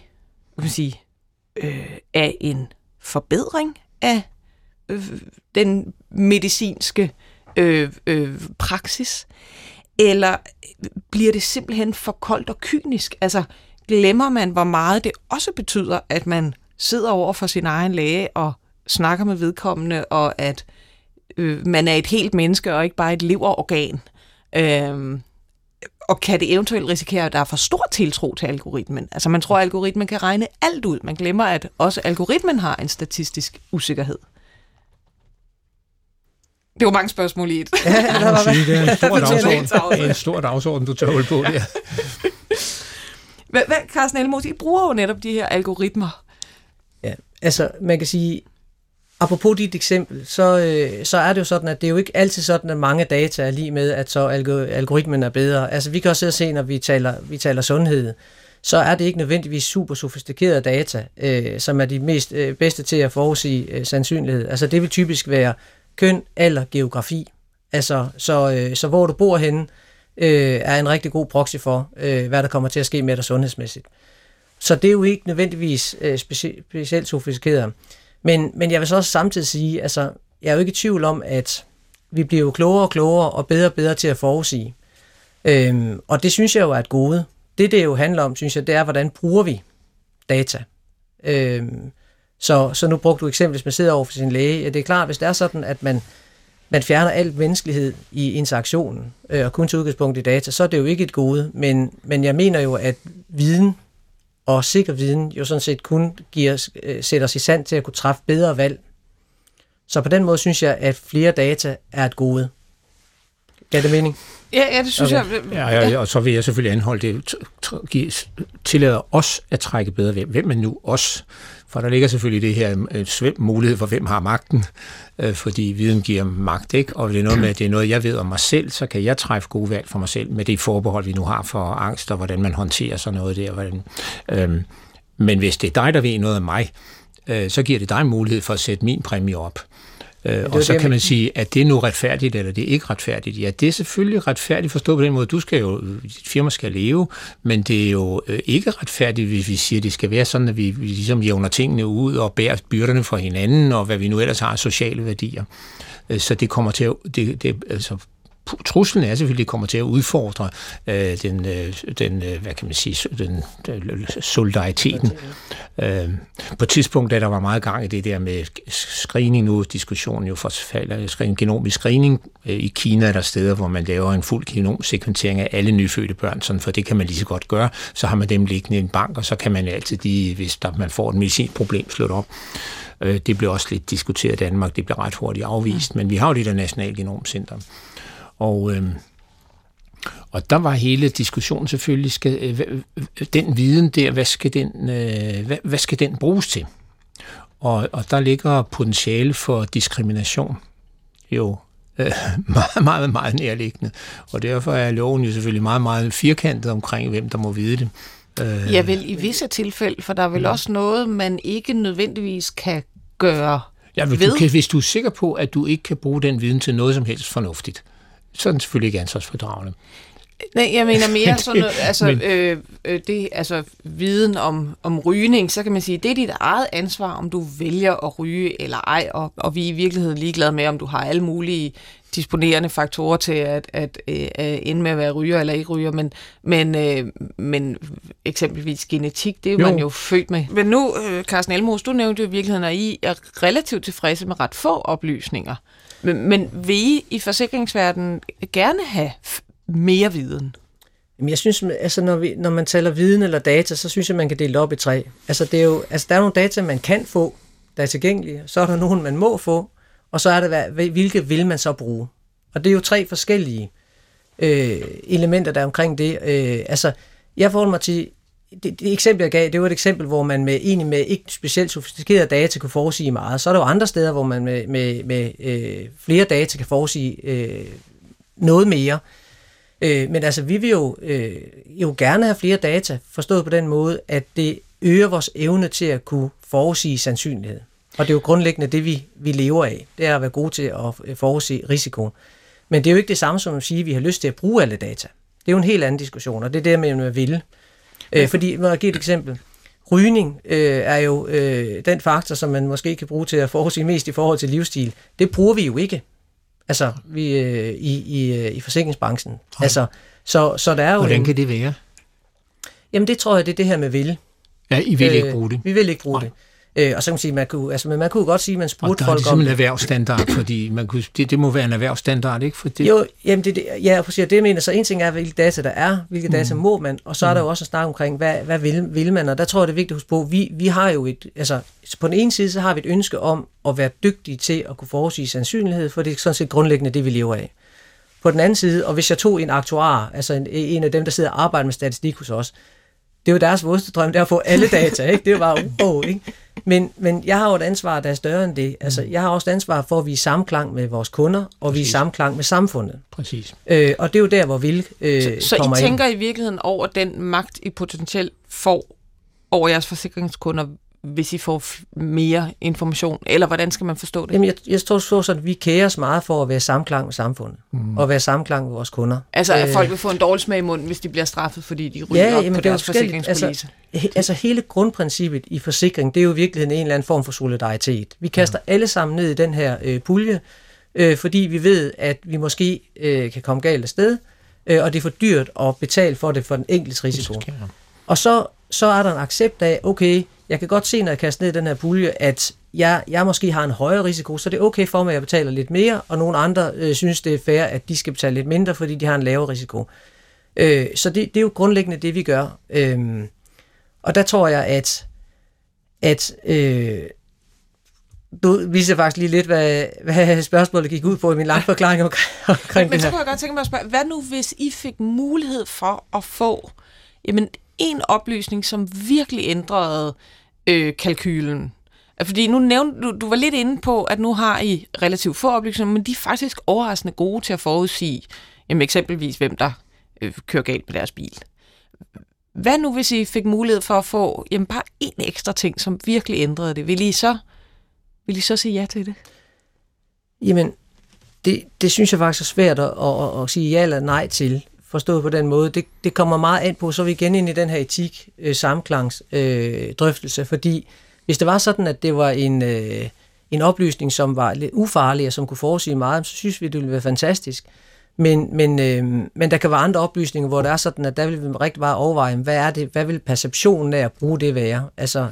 er en forbedring af den medicinske praksis, eller bliver det simpelthen for koldt og kynisk? Altså glemmer man, hvor meget det også betyder, at man sidder over for sin egen læge og snakker med vedkommende, og at man er et helt menneske og ikke bare et leverorgan. Og kan det eventuelt risikere, at der er for stor tiltro til algoritmen? Altså man tror, at algoritmen kan regne alt ud. Man glemmer, at også algoritmen har en statistisk usikkerhed. Det var mange spørgsmål i et. Ja, det er en stor dagsorden, du tager hul på der. Hvad, Carsten L. Mose, I bruger jo netop de her algoritmer. Ja, altså man kan sige, apropos dit eksempel, så er det jo sådan, at det er jo ikke altid sådan, at mange data er lige med, at så algoritmen er bedre. Altså vi kan også se, når vi taler sundhed, så er det ikke nødvendigvis super sofistikerede data, som er de mest bedste til at forudsige sandsynlighed. Altså det vil typisk være køn, alder, geografi. Altså så hvor du bor henne, er en rigtig god proxy for, hvad der kommer til at ske med dig sundhedsmæssigt. Så det er jo ikke nødvendigvis specielt sofistikeret. Men jeg vil så også samtidig sige, altså jeg er jo ikke i tvivl om, at vi bliver jo klogere og klogere og bedre til at forudsige. Og det synes jeg jo er et gode. Det jo handler om, synes jeg, det er, hvordan bruger vi data. Så nu brugte du eksempel, hvis man sidder over for sin læge. Ja, det er klart, hvis det er sådan, at man fjerner alt menneskelighed i interaktionen, og kun til udgangspunkt i data, så er det jo ikke et gode. Men jeg mener jo, at viden og sikker viden jo sådan set kun sætter os i stand til at kunne træffe bedre valg. Så på den måde synes jeg, at flere data er et gode. Gav det mening? Ja, det synes jeg. Ja, og så vil jeg selvfølgelig anholde det, tillader os at trække bedre hvem er nu os? For der ligger selvfølgelig det her mulighed for, hvem har magten, fordi viden giver magt, ikke? Og det er noget med, at det er noget, jeg ved om mig selv, så kan jeg træffe gode valg for mig selv, med det forbehold, vi nu har for angst, og hvordan man håndterer sådan noget der. Men hvis det er dig, der ved noget af mig, så giver det dig mulighed for at sætte min præmie op. Og så kan man sige, at det er nu retfærdigt, eller det er ikke retfærdigt. Ja, det er selvfølgelig retfærdigt forstået på den måde. Dit firma skal leve, men det er jo ikke retfærdigt, hvis vi siger, at det skal være sådan, at vi ligesom jævner tingene ud og bærer byrderne for hinanden, og hvad vi nu ellers har af sociale værdier. Så det kommer til at... Truslen er selvfølgelig, at det kommer til at udfordre solidariteten. På et tidspunkt, da der var meget gang i det der med screening, nu diskussionen jo forfalder, genomisk screening i Kina er der steder, hvor man laver en fuld genomsekventering af alle nyfødte børn, sådan, for det kan man lige så godt gøre. Så har man dem liggende i en bank, og så kan man altid, hvis man får et medicinproblem, slå det op. Det blev også lidt diskuteret i Danmark, det blev ret hurtigt afvist, men vi har jo det der National Genomcenter. Og der var hele diskussionen selvfølgelig, den viden der, hvad skal den bruges til? Og der ligger potentiale for diskrimination jo meget, meget, meget nærliggende. Og derfor er loven jo selvfølgelig meget, meget firkantet omkring, hvem der må vide det. Ja, vel i visse tilfælde, for der er vel også noget, man ikke nødvendigvis kan gøre hvis du er sikker på, at du ikke kan bruge den viden til noget som helst fornuftigt, så er den selvfølgelig ikke ansvarsfordragende. Nej, jeg mener mere sådan viden om rygning, så kan man sige, det er dit eget ansvar, om du vælger at ryge eller ej, og vi er i virkeligheden ligeglade med, om du har alle mulige disponerende faktorer til at ende med at være ryger eller ikke ryger, men eksempelvis genetik, det er man jo født med. Men nu, Carsten Elmos, du nævnte jo i virkeligheden, at I er relativt tilfredse med ret få oplysninger. Men vil I i forsikringsverdenen gerne have mere viden? Jamen jeg synes, altså når man taler viden eller data, så synes jeg, man kan dele det op i 3. Altså det er jo, der er nogle data, man kan få, der er tilgængelige, så er der nogle, man må få, og så er der, hvilke vil man så bruge. Og det er jo 3 forskellige elementer, der er omkring det. Altså, jeg forholder mig til, det eksempel, jeg gav, det var et eksempel, hvor man med ikke specielt sofistikerede data kunne forudsige meget. Så er der jo andre steder, hvor man med flere data kan forudsige noget mere. Men altså, vi vil jo gerne have flere data, forstået på den måde, at det øger vores evne til at kunne forudsige sandsynlighed. Og det er jo grundlæggende det, vi lever af. Det er at være gode til at forudsige risiko. Men det er jo ikke det samme som at sige, at vi har lyst til at bruge alle data. Det er jo en helt anden diskussion, og det er det, man vil. Fordi, når jeg giver et eksempel, rygning er jo den faktor, som man måske kan bruge til at forudsige mest i forhold til livsstil. Det bruger vi jo ikke. Altså, i forsikringsbranchen. Altså, så der er jo hvordan kan det være? Jamen, det tror jeg, det er det her med vil. Ja, I vil ikke bruge det. Vi vil ikke bruge det. Og så kan man sige, man kunne godt sige, at man spurgte folk om... Og der er ligesom en erhvervsstandard, fordi det må være en erhvervsstandard, ikke? For det... Jo, jamen det jeg mener, så en ting er, hvilke data der er, hvilke data må man, og så er der jo også at snakke omkring, hvad vil man, og der tror jeg, det er vigtigt at huske på, vi har jo på den ene side, så har vi et ønske om at være dygtige til at kunne forudsige sandsynlighed, for det er sådan set grundlæggende det, vi lever af. På den anden side, og hvis jeg tog en aktuar, altså en af dem, der sidder og arbejder med statistik hos os, det er jo deres vådeste drøm, det er at få alle data, ikke? Det er jo bare ikke? Men jeg har jo et ansvar, der er større end det. Altså, jeg har også et ansvar for, at vi er i samklang med vores kunder, og vi er i samklang med samfundet. Præcis. Og det er jo der, hvor vil kommer ind. Så I tænker i virkeligheden over den magt, I potentielt får over jeres forsikringskunder, hvis I får mere information, eller hvordan skal man forstå det? Jamen, jeg tror sådan, at vi kærer os meget for at være i samklang med samfundet, og være i samklang med vores kunder. Altså, at folk vil få en dårlig smag i munden, hvis de bliver straffet, fordi de ryger op på deres forsikringspolice? Altså, hele grundprincippet i forsikring, det er jo i virkeligheden en eller anden form for solidaritet. Vi kaster alle sammen ned i den her pulje, fordi vi ved, at vi måske kan komme galt af sted, og det er for dyrt at betale for det for den enkeltes risiko. Og så er der en accept af, okay, jeg kan godt se, når jeg kaster ned i den her pulje, at jeg måske har en højere risiko, så det er okay for mig, at jeg betaler lidt mere, og nogle andre synes, det er fair, at de skal betale lidt mindre, fordi de har en lavere risiko. Så det er jo grundlæggende det, vi gør. Og der tror jeg, at Du viser faktisk lige lidt, hvad spørgsmålet gik ud på i min lange forklaring omkring men det så her. kunne jeg godt tænke mig at spørge, hvad nu hvis I fik mulighed for at få en oplysning, som virkelig ændrede kalkylen? Fordi nu nævnte du var lidt inde på, at nu har I relativt få oplysninger, men de er faktisk overraskende gode til at forudsige, eksempelvis hvem der kører galt med deres bil. Hvad nu hvis I fik mulighed for at få bare en ekstra ting, som virkelig ændrede det? Vil I så sige ja til det? Jamen, det synes jeg faktisk er svært at sige ja eller nej til, forstået på den måde. Det kommer meget an på, så er vi igen ind i den her etik-samklangs-drøftelse, fordi hvis det var sådan, at det var en oplysning, som var lidt ufarlig og som kunne forudsige meget, så synes vi, det ville være fantastisk. Men der kan være andre oplysninger, hvor det er sådan, at der vil vi rigtig bare overveje, hvad vil perceptionen af at bruge det være? Altså...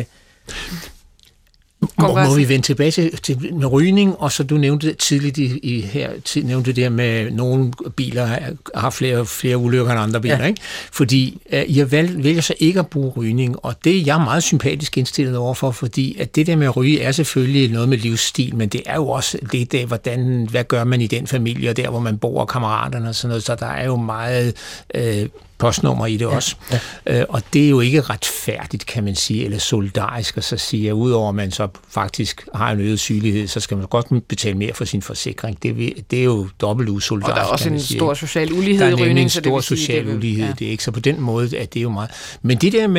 Må vi vende tilbage til med rygning, og så du nævnte tidligt nævnte det her med, nogle biler har flere ulykker end andre biler, ikke? Fordi jeg vælger så ikke at bruge rygning, og det er jeg meget sympatisk indstillet overfor, fordi at det der med at ryge er selvfølgelig noget med livsstil, men det er jo også det der, hvad gør man i den familie, og der hvor man bor, og kammeraterne og sådan noget, så der er jo meget... postnummer i det også. Ja. Og det er jo ikke retfærdigt, kan man sige, eller solidarisk, og så sige, at udover at man så faktisk har en øget sygelighed, så skal man godt betale mere for sin forsikring. Det er jo dobbelt usolidarisk. Og der er også en stor social ulighed i rygning. Der er en stor social ulighed, det er ikke så på den måde, at det er jo meget... Men det der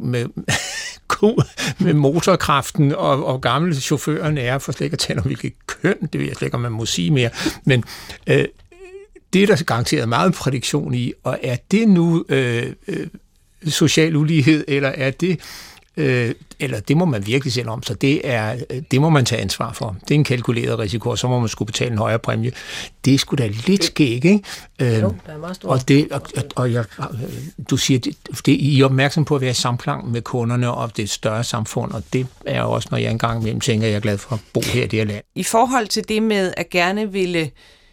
med motorkraften og gamle chaufføren er, for slet ikke at tale om hvilket køn, det ved jeg slet ikke, om man må sige mere, men... det er der garanteret meget prædiktion i, og er det nu social ulighed, eller er det, eller det må man virkelig selv om, så det må man tage ansvar for. Det er en kalkuleret risiko, og så må man skulle betale en højere præmie. Det er sgu da lidt skæg, ikke? Jo, der er meget stort. Du siger, I er opmærksom på at være i samklang med kunderne og det større samfund, og det er også, når jeg engang imellem tænker, at jeg er glad for at bo her i det her land. I forhold til det med at gerne ville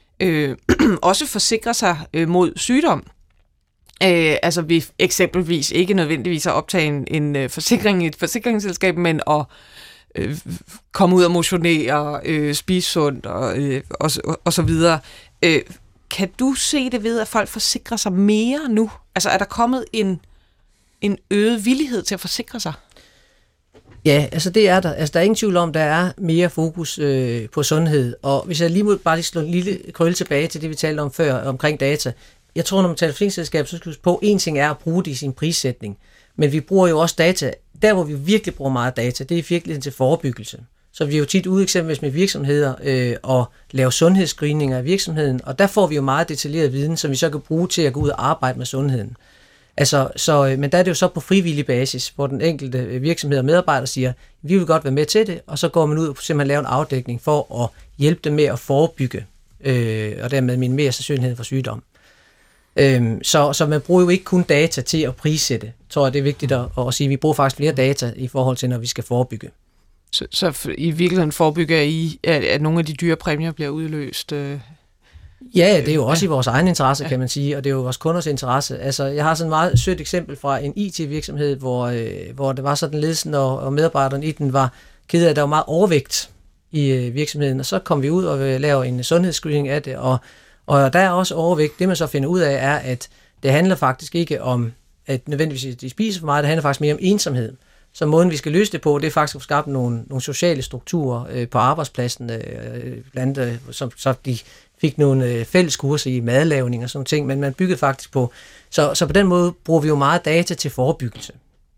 også forsikre sig mod sygdom. Altså vi eksempelvis ikke nødvendigvis at optage en forsikring i et forsikringsselskab, men at komme ud og motionere, spise sundt og så videre. Kan du se det ved, at folk forsikrer sig mere nu? Altså er der kommet en øget villighed til at forsikre sig? Ja, altså det er der. Altså der er ingen tvivl om, der er mere fokus på sundhed. Og hvis jeg lige slå en lille krølle tilbage til det, vi talte om før, omkring data. Jeg tror, når man taler forsikringsselskab, så skal vi på, en ting er at bruge det i sin prissætning. Men vi bruger jo også data. Der, hvor vi virkelig bruger meget data, det er i virkeligheden til forebyggelse. Så vi er jo tit ude eksempelvis med virksomheder og lave sundhedsscreeninger af virksomheden. Og der får vi jo meget detaljeret viden, som vi så kan bruge til at gå ud og arbejde med sundheden. Men der er det jo så på frivillig basis, hvor den enkelte virksomhed og medarbejder siger, vi vil godt være med til det, og så går man ud og simpelthen laver en afdækning for at hjælpe dem med at forebygge, og dermed minimere sandsynligheden for sygdom. Så man bruger jo ikke kun data til at prissætte. Jeg tror, det er vigtigt at sige, at vi bruger faktisk flere data i forhold til, når vi skal forebygge. Så i virkeligheden forebygger I, at nogle af de dyre præmier bliver udløst? Ja, det er jo også i vores egen interesse, kan man sige, og det er jo vores kunders interesse. Altså, jeg har sådan et meget sødt eksempel fra en IT-virksomhed, hvor det var sådan, ledelsen og medarbejderne i den var ked af, at der var meget overvægt i virksomheden, og så kom vi ud og laver en sundhedsscreening af det, og der er også overvægt. Det man så finder ud af er, at det handler faktisk ikke om, at nødvendigvis de spiser for meget, det handler faktisk mere om ensomhed. Så måden, vi skal løse det på, det er faktisk at skabe nogle sociale strukturer på arbejdspladsen, blandt som så de fik nogle fælles kurser i madlavning og sådan ting, men man byggede faktisk på. Så på den måde bruger vi jo meget data til forebyggelse,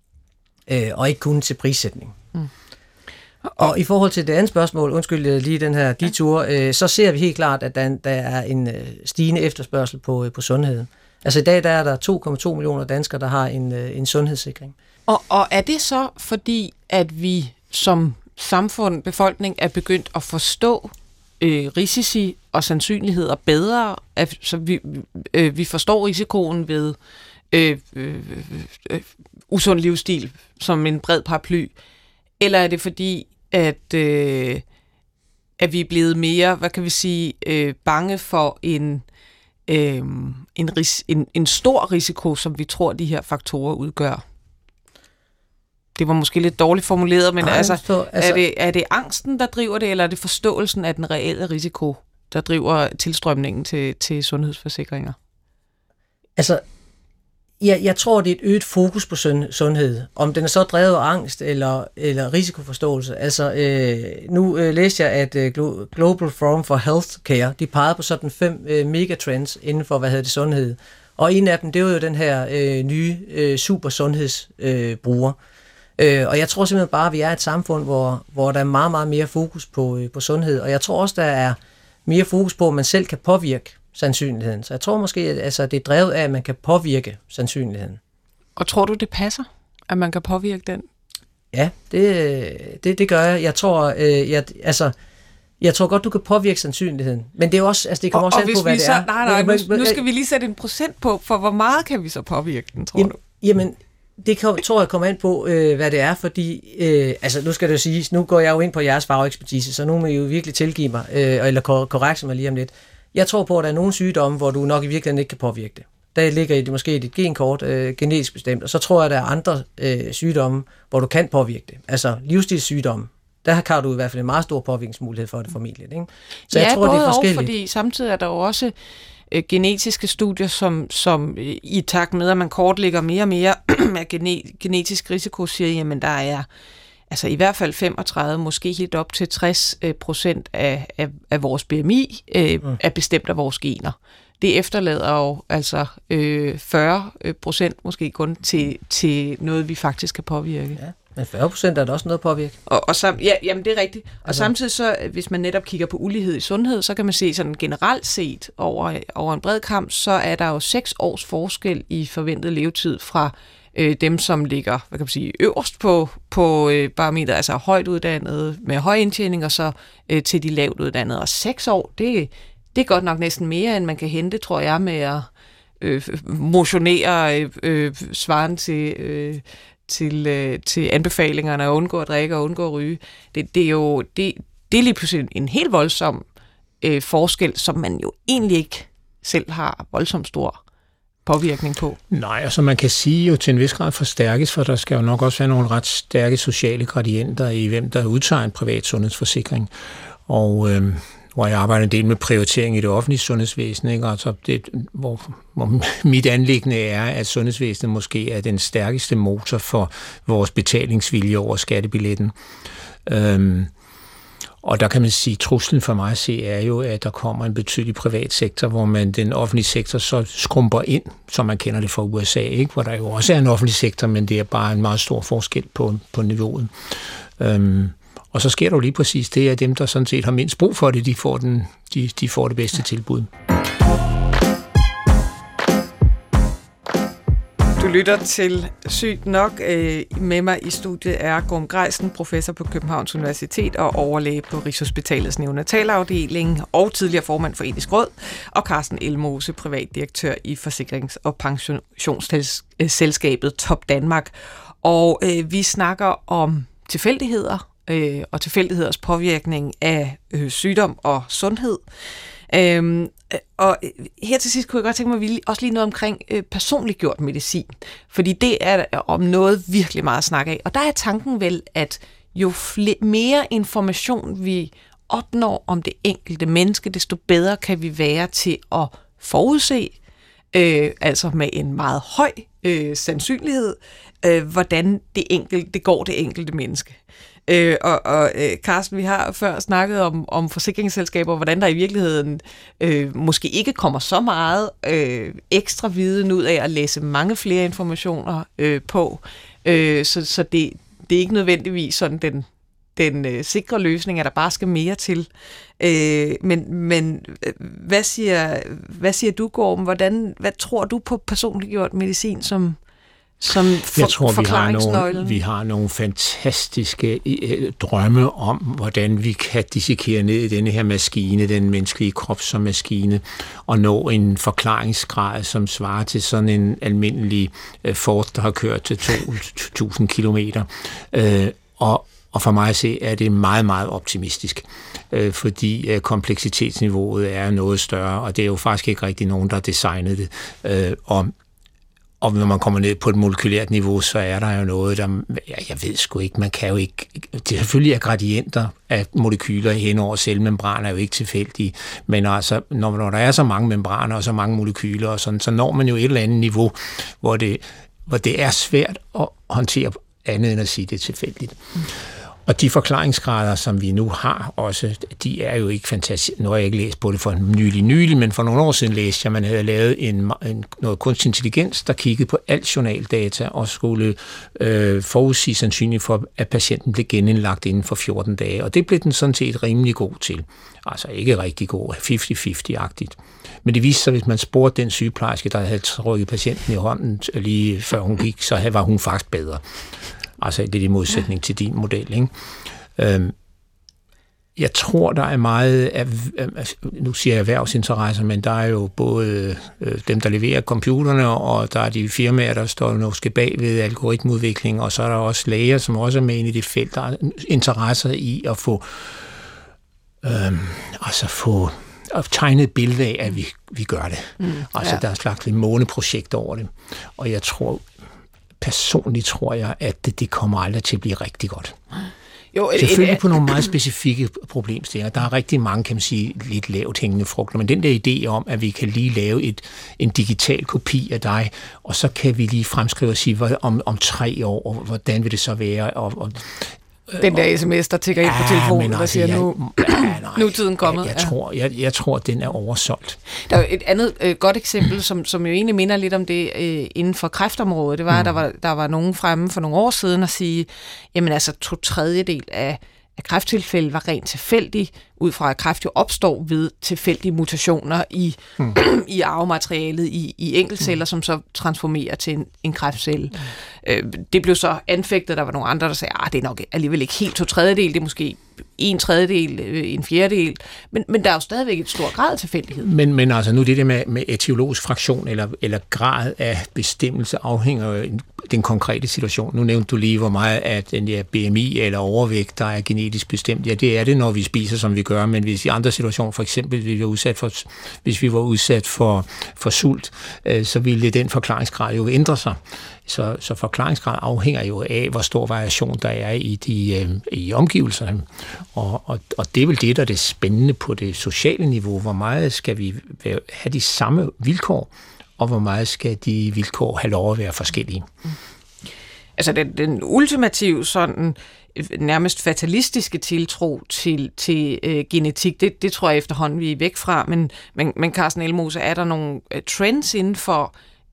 og ikke kun til prissætning. Mm. Og i forhold til det andet spørgsmål, undskyld lige den her detur, så ser vi helt klart, at der er en stigende efterspørgsel på sundheden. Altså i dag der er der 2,2 millioner danskere, der har en sundhedssikring. Og er det så fordi, at vi som samfund, befolkning, er begyndt at forstå risici og sandsynligheder bedre, så vi forstår risikoen ved usund livsstil som en bred paraply, eller er det fordi, at vi er blevet mere, hvad kan vi sige, bange for en stor risiko, som vi tror, de her faktorer udgør? det var måske lidt dårligt formuleret, men er det angsten, der driver det, eller er det forståelsen af den reelle risiko, der driver tilstrømningen til sundhedsforsikringer? Altså, jeg tror, det er et øget fokus på sundhed. Om den er så drevet af angst eller risikoforståelse. Altså, nu læste jeg, at Global Forum for Healthcare, de pegede på sådan 5 megatrends inden for, sundhed. Og en af dem, det var jo den her nye super sundhedsbruger. Og jeg tror simpelthen bare, at vi er et samfund, hvor der er meget, meget mere fokus på sundhed. Og jeg tror også, der er mere fokus på, at man selv kan påvirke sandsynligheden. Så jeg tror måske, at det er drevet af, at man kan påvirke sandsynligheden. Og tror du, det passer, at man kan påvirke den? Ja, det gør jeg. Jeg tror godt, du kan påvirke sandsynligheden. Men det er også, altså det kommer også an på, hvad det er. Nu skal vi lige sætte en procent på, for hvor meget kan vi så påvirke den, tror du? Jamen, tror jeg kommer an på, hvad det er, fordi, nu skal det jo siges, nu går jeg jo ind på jeres fagekspertise, så nu må I jo virkelig tilgive mig, eller korrekse mig lige om lidt. Jeg tror på, at der er nogle sygdomme, hvor du nok i virkeligheden ikke kan påvirke det. Der ligger i det måske i dit genkort, genetisk bestemt, og så tror jeg, at der er andre sygdomme, hvor du kan påvirke det. Altså livsstilssygdomme. Der har du i hvert fald en meget stor påvirkningsmulighed for det formentlig. Ikke? Så jeg tror, det er forskelligt. Fordi samtidig er der jo også genetiske studier, som i takt med, at man kortlægger mere og mere af genetisk risiko, siger, jamen der er altså i hvert fald 35, måske helt op til 60% af vores BMI er bestemt af vores gener. Det efterlader jo altså 40% måske kun til noget, vi faktisk kan påvirke. Ja. Men 40% er der også noget at påvirke. Jamen det er rigtigt. Og samtidig så, hvis man netop kigger på ulighed i sundhed, så kan man se sådan generelt set over en bred kamp, så er der jo 6 års forskel i forventet levetid fra dem, som ligger, hvad kan man sige, øverst på barometer, altså højt uddannede med høj indtjening, og så til de lavt uddannede. Og 6 år, det er godt nok næsten mere, end man kan hente, tror jeg, med at motionere svaren til anbefalingerne at undgå at drikke og undgå at ryge. Det er lige pludselig en helt voldsom forskel, som man jo egentlig ikke selv har voldsomt stor påvirkning på. Nej, altså man kan sige jo til en vis grad forstærkes, for der skal jo nok også være nogle ret stærke sociale gradienter i, hvem der udtager en privat sundhedsforsikring. Og hvor jeg arbejder en del med prioritering i det offentlige sundhedsvæsen, ikke? Altså hvor mit anliggende er, at sundhedsvæsenet måske er den stærkeste motor for vores betalingsvilje over skattebilletten. Og der kan man sige, at truslen for mig at se er jo, at der kommer en betydelig privat sektor, hvor man den offentlige sektor så skrumper ind, som man kender det fra USA, ikke? Hvor der jo også er en offentlig sektor, men det er bare en meget stor forskel på niveauet. Og så sker der jo lige præcis det, at dem, der sådan set har mindst brug for det, de får det bedste tilbud. Du lytter til Sygt Nok. Med mig i studiet er Gorm Greisen, professor på Københavns Universitet og overlæge på Rigshospitalets neonatalafdeling og tidligere formand for Etisk Råd, og Carsten Elmose, privatdirektør i forsikrings- og pensionsselskabet Top Danmark. Og vi snakker om tilfældigheder og tilfældigheders påvirkning af sygdom og sundhed. Og her til sidst kunne jeg godt tænke mig også lige noget omkring personliggjort medicin, fordi det er om noget virkelig meget at snakke af. Og der er tanken vel, at jo mere information vi opnår om det enkelte menneske, desto bedre kan vi være til at forudse, altså med en meget høj sandsynlighed, hvordan det går det enkelte menneske. Carsten, vi har før snakket om forsikringsselskaber, hvordan der i virkeligheden måske ikke kommer så meget ekstra viden ud af at læse mange flere informationer på. Så det er ikke nødvendigvis sådan den sikre løsning, at der bare skal mere til. Men hvad siger du, Gorm? Hvad tror du på personliggjort medicin som jeg tror, vi har nogle fantastiske drømme om, hvordan vi kan dissekere ned i denne her maskine, den menneskelige krop som maskine, og nå en forklaringsgrad, som svarer til sådan en almindelig Ford, der har kørt til 2.000 kilometer. Og for mig at se, er det meget, meget optimistisk, fordi kompleksitetsniveauet er noget større, og det er jo faktisk ikke rigtig nogen, der har designet det. Og når man kommer ned på et molekylært niveau, så er der jo noget, der... Jeg ved sgu ikke, man kan jo ikke... Det selvfølgelig er gradienter af molekyler hen over cellemembraner er jo ikke tilfældige, men altså, når der er så mange membraner og så mange molekyler og sådan, så når man jo et eller andet niveau, hvor det er svært at håndtere andet end at sige, det er tilfældigt. Og de forklaringsgrader, som vi nu har også, de er jo ikke fantastiske. Nu har jeg ikke læst på det for nylig, men for nogle år siden læste jeg, at man havde lavet noget kunstig intelligens, der kiggede på al journaldata og skulle forudsige sandsynligt for, at patienten blev genindlagt inden for 14 dage. Og det blev den sådan set rimelig god til. Altså ikke rigtig god, 50-50-agtigt. Men det viste sig, at hvis man spurgte den sygeplejerske, der havde trykket patienten i hånden lige før hun gik, så var hun faktisk bedre. Altså det er i modsætning til din model, ikke? Jeg tror, der er meget, nu siger jeg erhvervsinteresser, men der er jo både dem, der leverer computerne, og der er de firmaer, der står måske bag ved algoritmeudvikling, og så er der også læger, som også er med ind i det felt, der er interesser i at få at tegne et billede af, at vi gør det. Der er et slags måneprojekt over det. Og jeg tror, personligt tror jeg, at det kommer aldrig til at blive rigtig godt. Jo, selvfølgelig på nogle meget specifikke problemstillinger. Der er rigtig mange, kan man sige, lidt lavt hængende frugter, men den der idé om, at vi kan lige lave en digital kopi af dig, og så kan vi lige fremskrive og sige, om 3 år, og hvordan vil det så være, og den der sms, der tikker ind på telefonen, der siger, nu er tiden kommet. Jeg tror, den er oversolgt. Der er et andet godt eksempel, som jo egentlig minder lidt om det inden for kræftområdet. Det var, at der var nogen fremme for nogle år siden at sige, jamen altså 2/3 af kræfttilfælde var rent tilfældige, ud fra at kræft jo opstår ved tilfældige mutationer i arvematerialet i enkeltceller, som så transformerer til en kræftcelle. Det blev så anfægtet, der var nogle andre, der sagde, det er nok alligevel ikke helt 2/3, det er måske 1/3, 1/4, men der er jo stadigvæk et stor grad af tilfældighed. Men altså nu det der med etiologisk fraktion eller grad af bestemmelse afhænger af den konkrete situation. Nu nævnte du lige, hvor meget af den der BMI eller overvægt, der er genetisk bestemt. Ja, det er det, når vi spiser, som vi gør, men hvis i andre situationer, for eksempel hvis vi var udsat for sult, så ville den forklaringsgrad jo ændre sig. Så forklaringsgrad afhænger jo af, hvor stor variation der er i omgivelserne. Og det er vel det, der er det spændende på det sociale niveau. Hvor meget skal vi have de samme vilkår, og hvor meget skal de vilkår have lov at være forskellige? Altså den ultimative sådan nærmest fatalistiske tiltro til genetik, det tror jeg efterhånden, vi er væk fra. Men Carsten Elmose, er der nogle trends inden for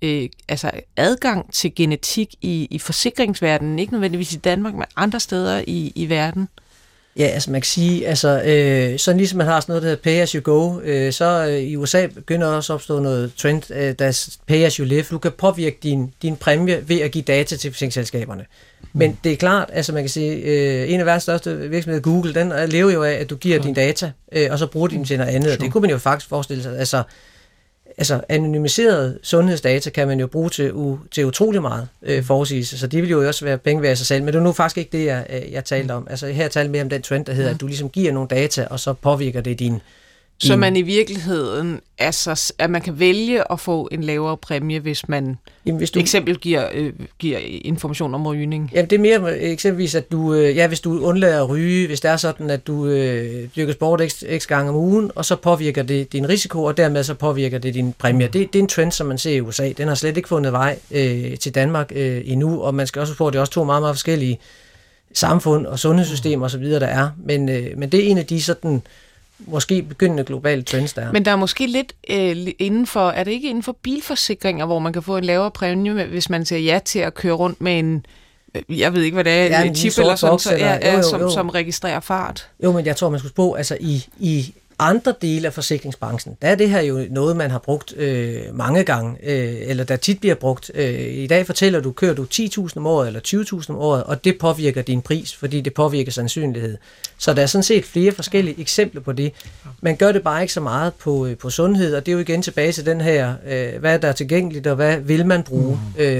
adgang til genetik i forsikringsverdenen, ikke nødvendigvis i Danmark, men andre steder i verden? Ja, altså man kan sige, sådan ligesom man har sådan noget, der hedder pay as you go, så i USA begynder også at opstå noget trend, der er pay as you live. Du kan påvirke din præmie ved at give data til forsikringsselskaberne. Men det er klart, altså man kan sige, en af verdens største virksomheder, Google, den lever jo af, at du giver din data, og så bruger din til noget andet, og det kunne man jo faktisk forestille sig, altså anonymiseret sundhedsdata kan man jo bruge til utrolig meget forudsigelse, så det vil jo også være penge ved sig selv, men det er nu faktisk ikke det, jeg talte om. Altså her talte mere om den trend, der hedder, at du ligesom giver nogle data, og så påvirker det din... Så man i virkeligheden, altså, at man kan vælge at få en lavere præmie, hvis man eksempel giver information om rygning? Jamen det er mere eksempelvis, at du, hvis du undlader at ryge, hvis det er sådan, at du dyrker sport x gange om ugen, og så påvirker det din risiko, og dermed så påvirker det din præmie. Det er en trend, som man ser i USA. Den har slet ikke fundet vej til Danmark endnu, og man skal også få, det er også 2 meget, meget forskellige samfund og sundhedssystemer osv., der er. Men det er en af de sådan... måske begyndende globale trends, der er. Men der er måske lidt indenfor, er det ikke inden for bilforsikringer, hvor man kan få en lavere præmie, hvis man siger ja til at køre rundt med en, jeg ved ikke hvad det er, en chip eller sådan, som registrerer fart? Jo, men jeg tror, man skulle spå, altså i andre dele af forsikringsbranchen, der er det her jo noget, man har brugt mange gange, eller der tit bliver brugt. I dag kører du 10.000 om året, eller 20.000 om året, og det påvirker din pris, fordi det påvirker sandsynlighed. Så der er sådan set flere forskellige eksempler på det. Man gør det bare ikke så meget på sundhed, og det er jo igen tilbage til den her, hvad der er tilgængeligt, og hvad vil man bruge.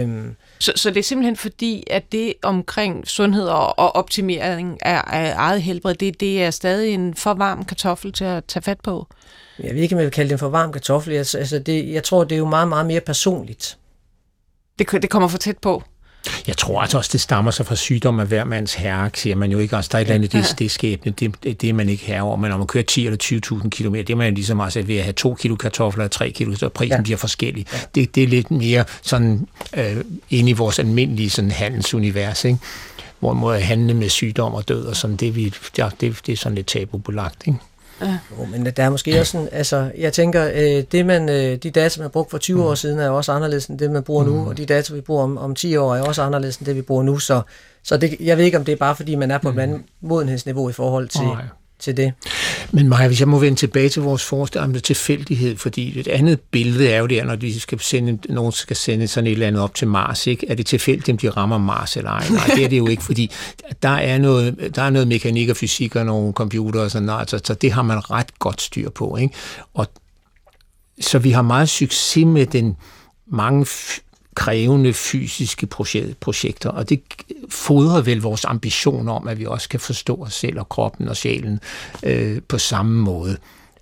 Så det er simpelthen fordi, at det omkring sundhed og optimering af eget helbred, det er stadig en for varm kartoffel til at tage fat på? Jeg ved ikke, om jeg vil kalde det en for varm kartoffel. Jeg tror, det er jo meget, meget mere personligt. det kommer for tæt på. Jeg tror altså også, det stammer sig fra sygdom af hver mands herre, siger man jo ikke. Altså, der er et eller andet, det er skæbne, det er man ikke herre over. Men når man kører 10 eller 20.000 kilometer, det er man ligesom altså ved at have 2 kilo kartofler og 3 kilo, så prisen bliver forskellig. Ja. Det er lidt mere sådan inde i vores almindelige sådan handelsunivers, ikke? Hvor man må handle med sygdom og død og sådan, det er sådan lidt tabubelagt, ikke? Ja. Jo, men der er måske også sådan, altså, jeg tænker, de data, man brugte for 20 år siden, er også anderledes end det, man bruger nu, og de data, vi bruger om 10 år, er også anderledes end det, vi bruger nu, så det, jeg ved ikke, om det er bare, fordi man er på et andet modenhedsniveau i forhold til det. Men Maja, hvis jeg må vende tilbage til vores forestilling om tilfældighed, fordi et andet billede er jo der, når nogen skal sende sådan et eller andet op til Mars, ikke? Er det tilfældigt, om de rammer Mars eller ej? Nej, det er det jo ikke, fordi der er noget mekanik og fysik og nogle computer og sådan noget, så det har man ret godt styr på, ikke? Og så vi har meget succes med den mange krævende fysiske projekter, og det fodrer vel vores ambition om, at vi også kan forstå os selv og kroppen og sjælen på samme måde.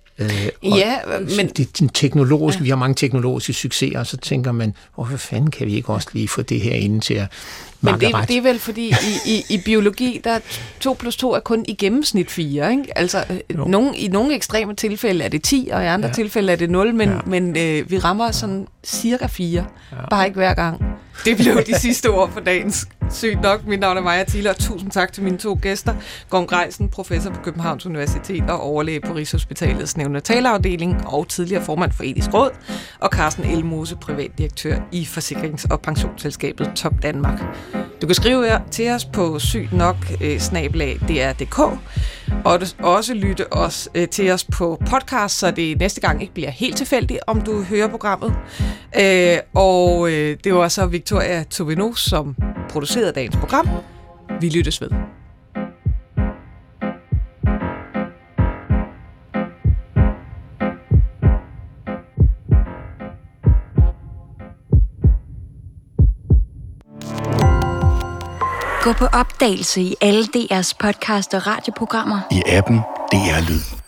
Men det teknologiske, vi har mange teknologiske succeser, og så tænker man, hvorfor fanden kan vi ikke også lige få det her inde til at makke ret? Men det er vel fordi, i biologi, der 2 + 2 er kun i gennemsnit 4, ikke? Altså, i nogle ekstreme tilfælde er det 10, og i andre tilfælde er det 0, men vi rammer sådan cirka 4, bare ikke hver gang. Det blev de sidste ord for dagens Sygt nok. Mit navn er Maja Thiele, og tusind tak til mine 2 gæster. Gorm Greisen, professor på Københavns Universitet og overlæge på Rigshospitalets neonataleafdeling og tidligere formand for Etisk Råd, og Carsten Elmose, privatdirektør i Forsikrings- og Pensionsselskabet Top Danmark. Du kan skrive til os på sygtnok@dr.dk, og også lytte til os på podcast, så det næste gang ikke bliver helt tilfældigt, om du hører programmet. Og det var så Victoria Tobino, som producerede dagens program. Vi lyttes ved. Gå på opdagelse i alle DR's podcast og radioprogrammer. I appen DR Lyd.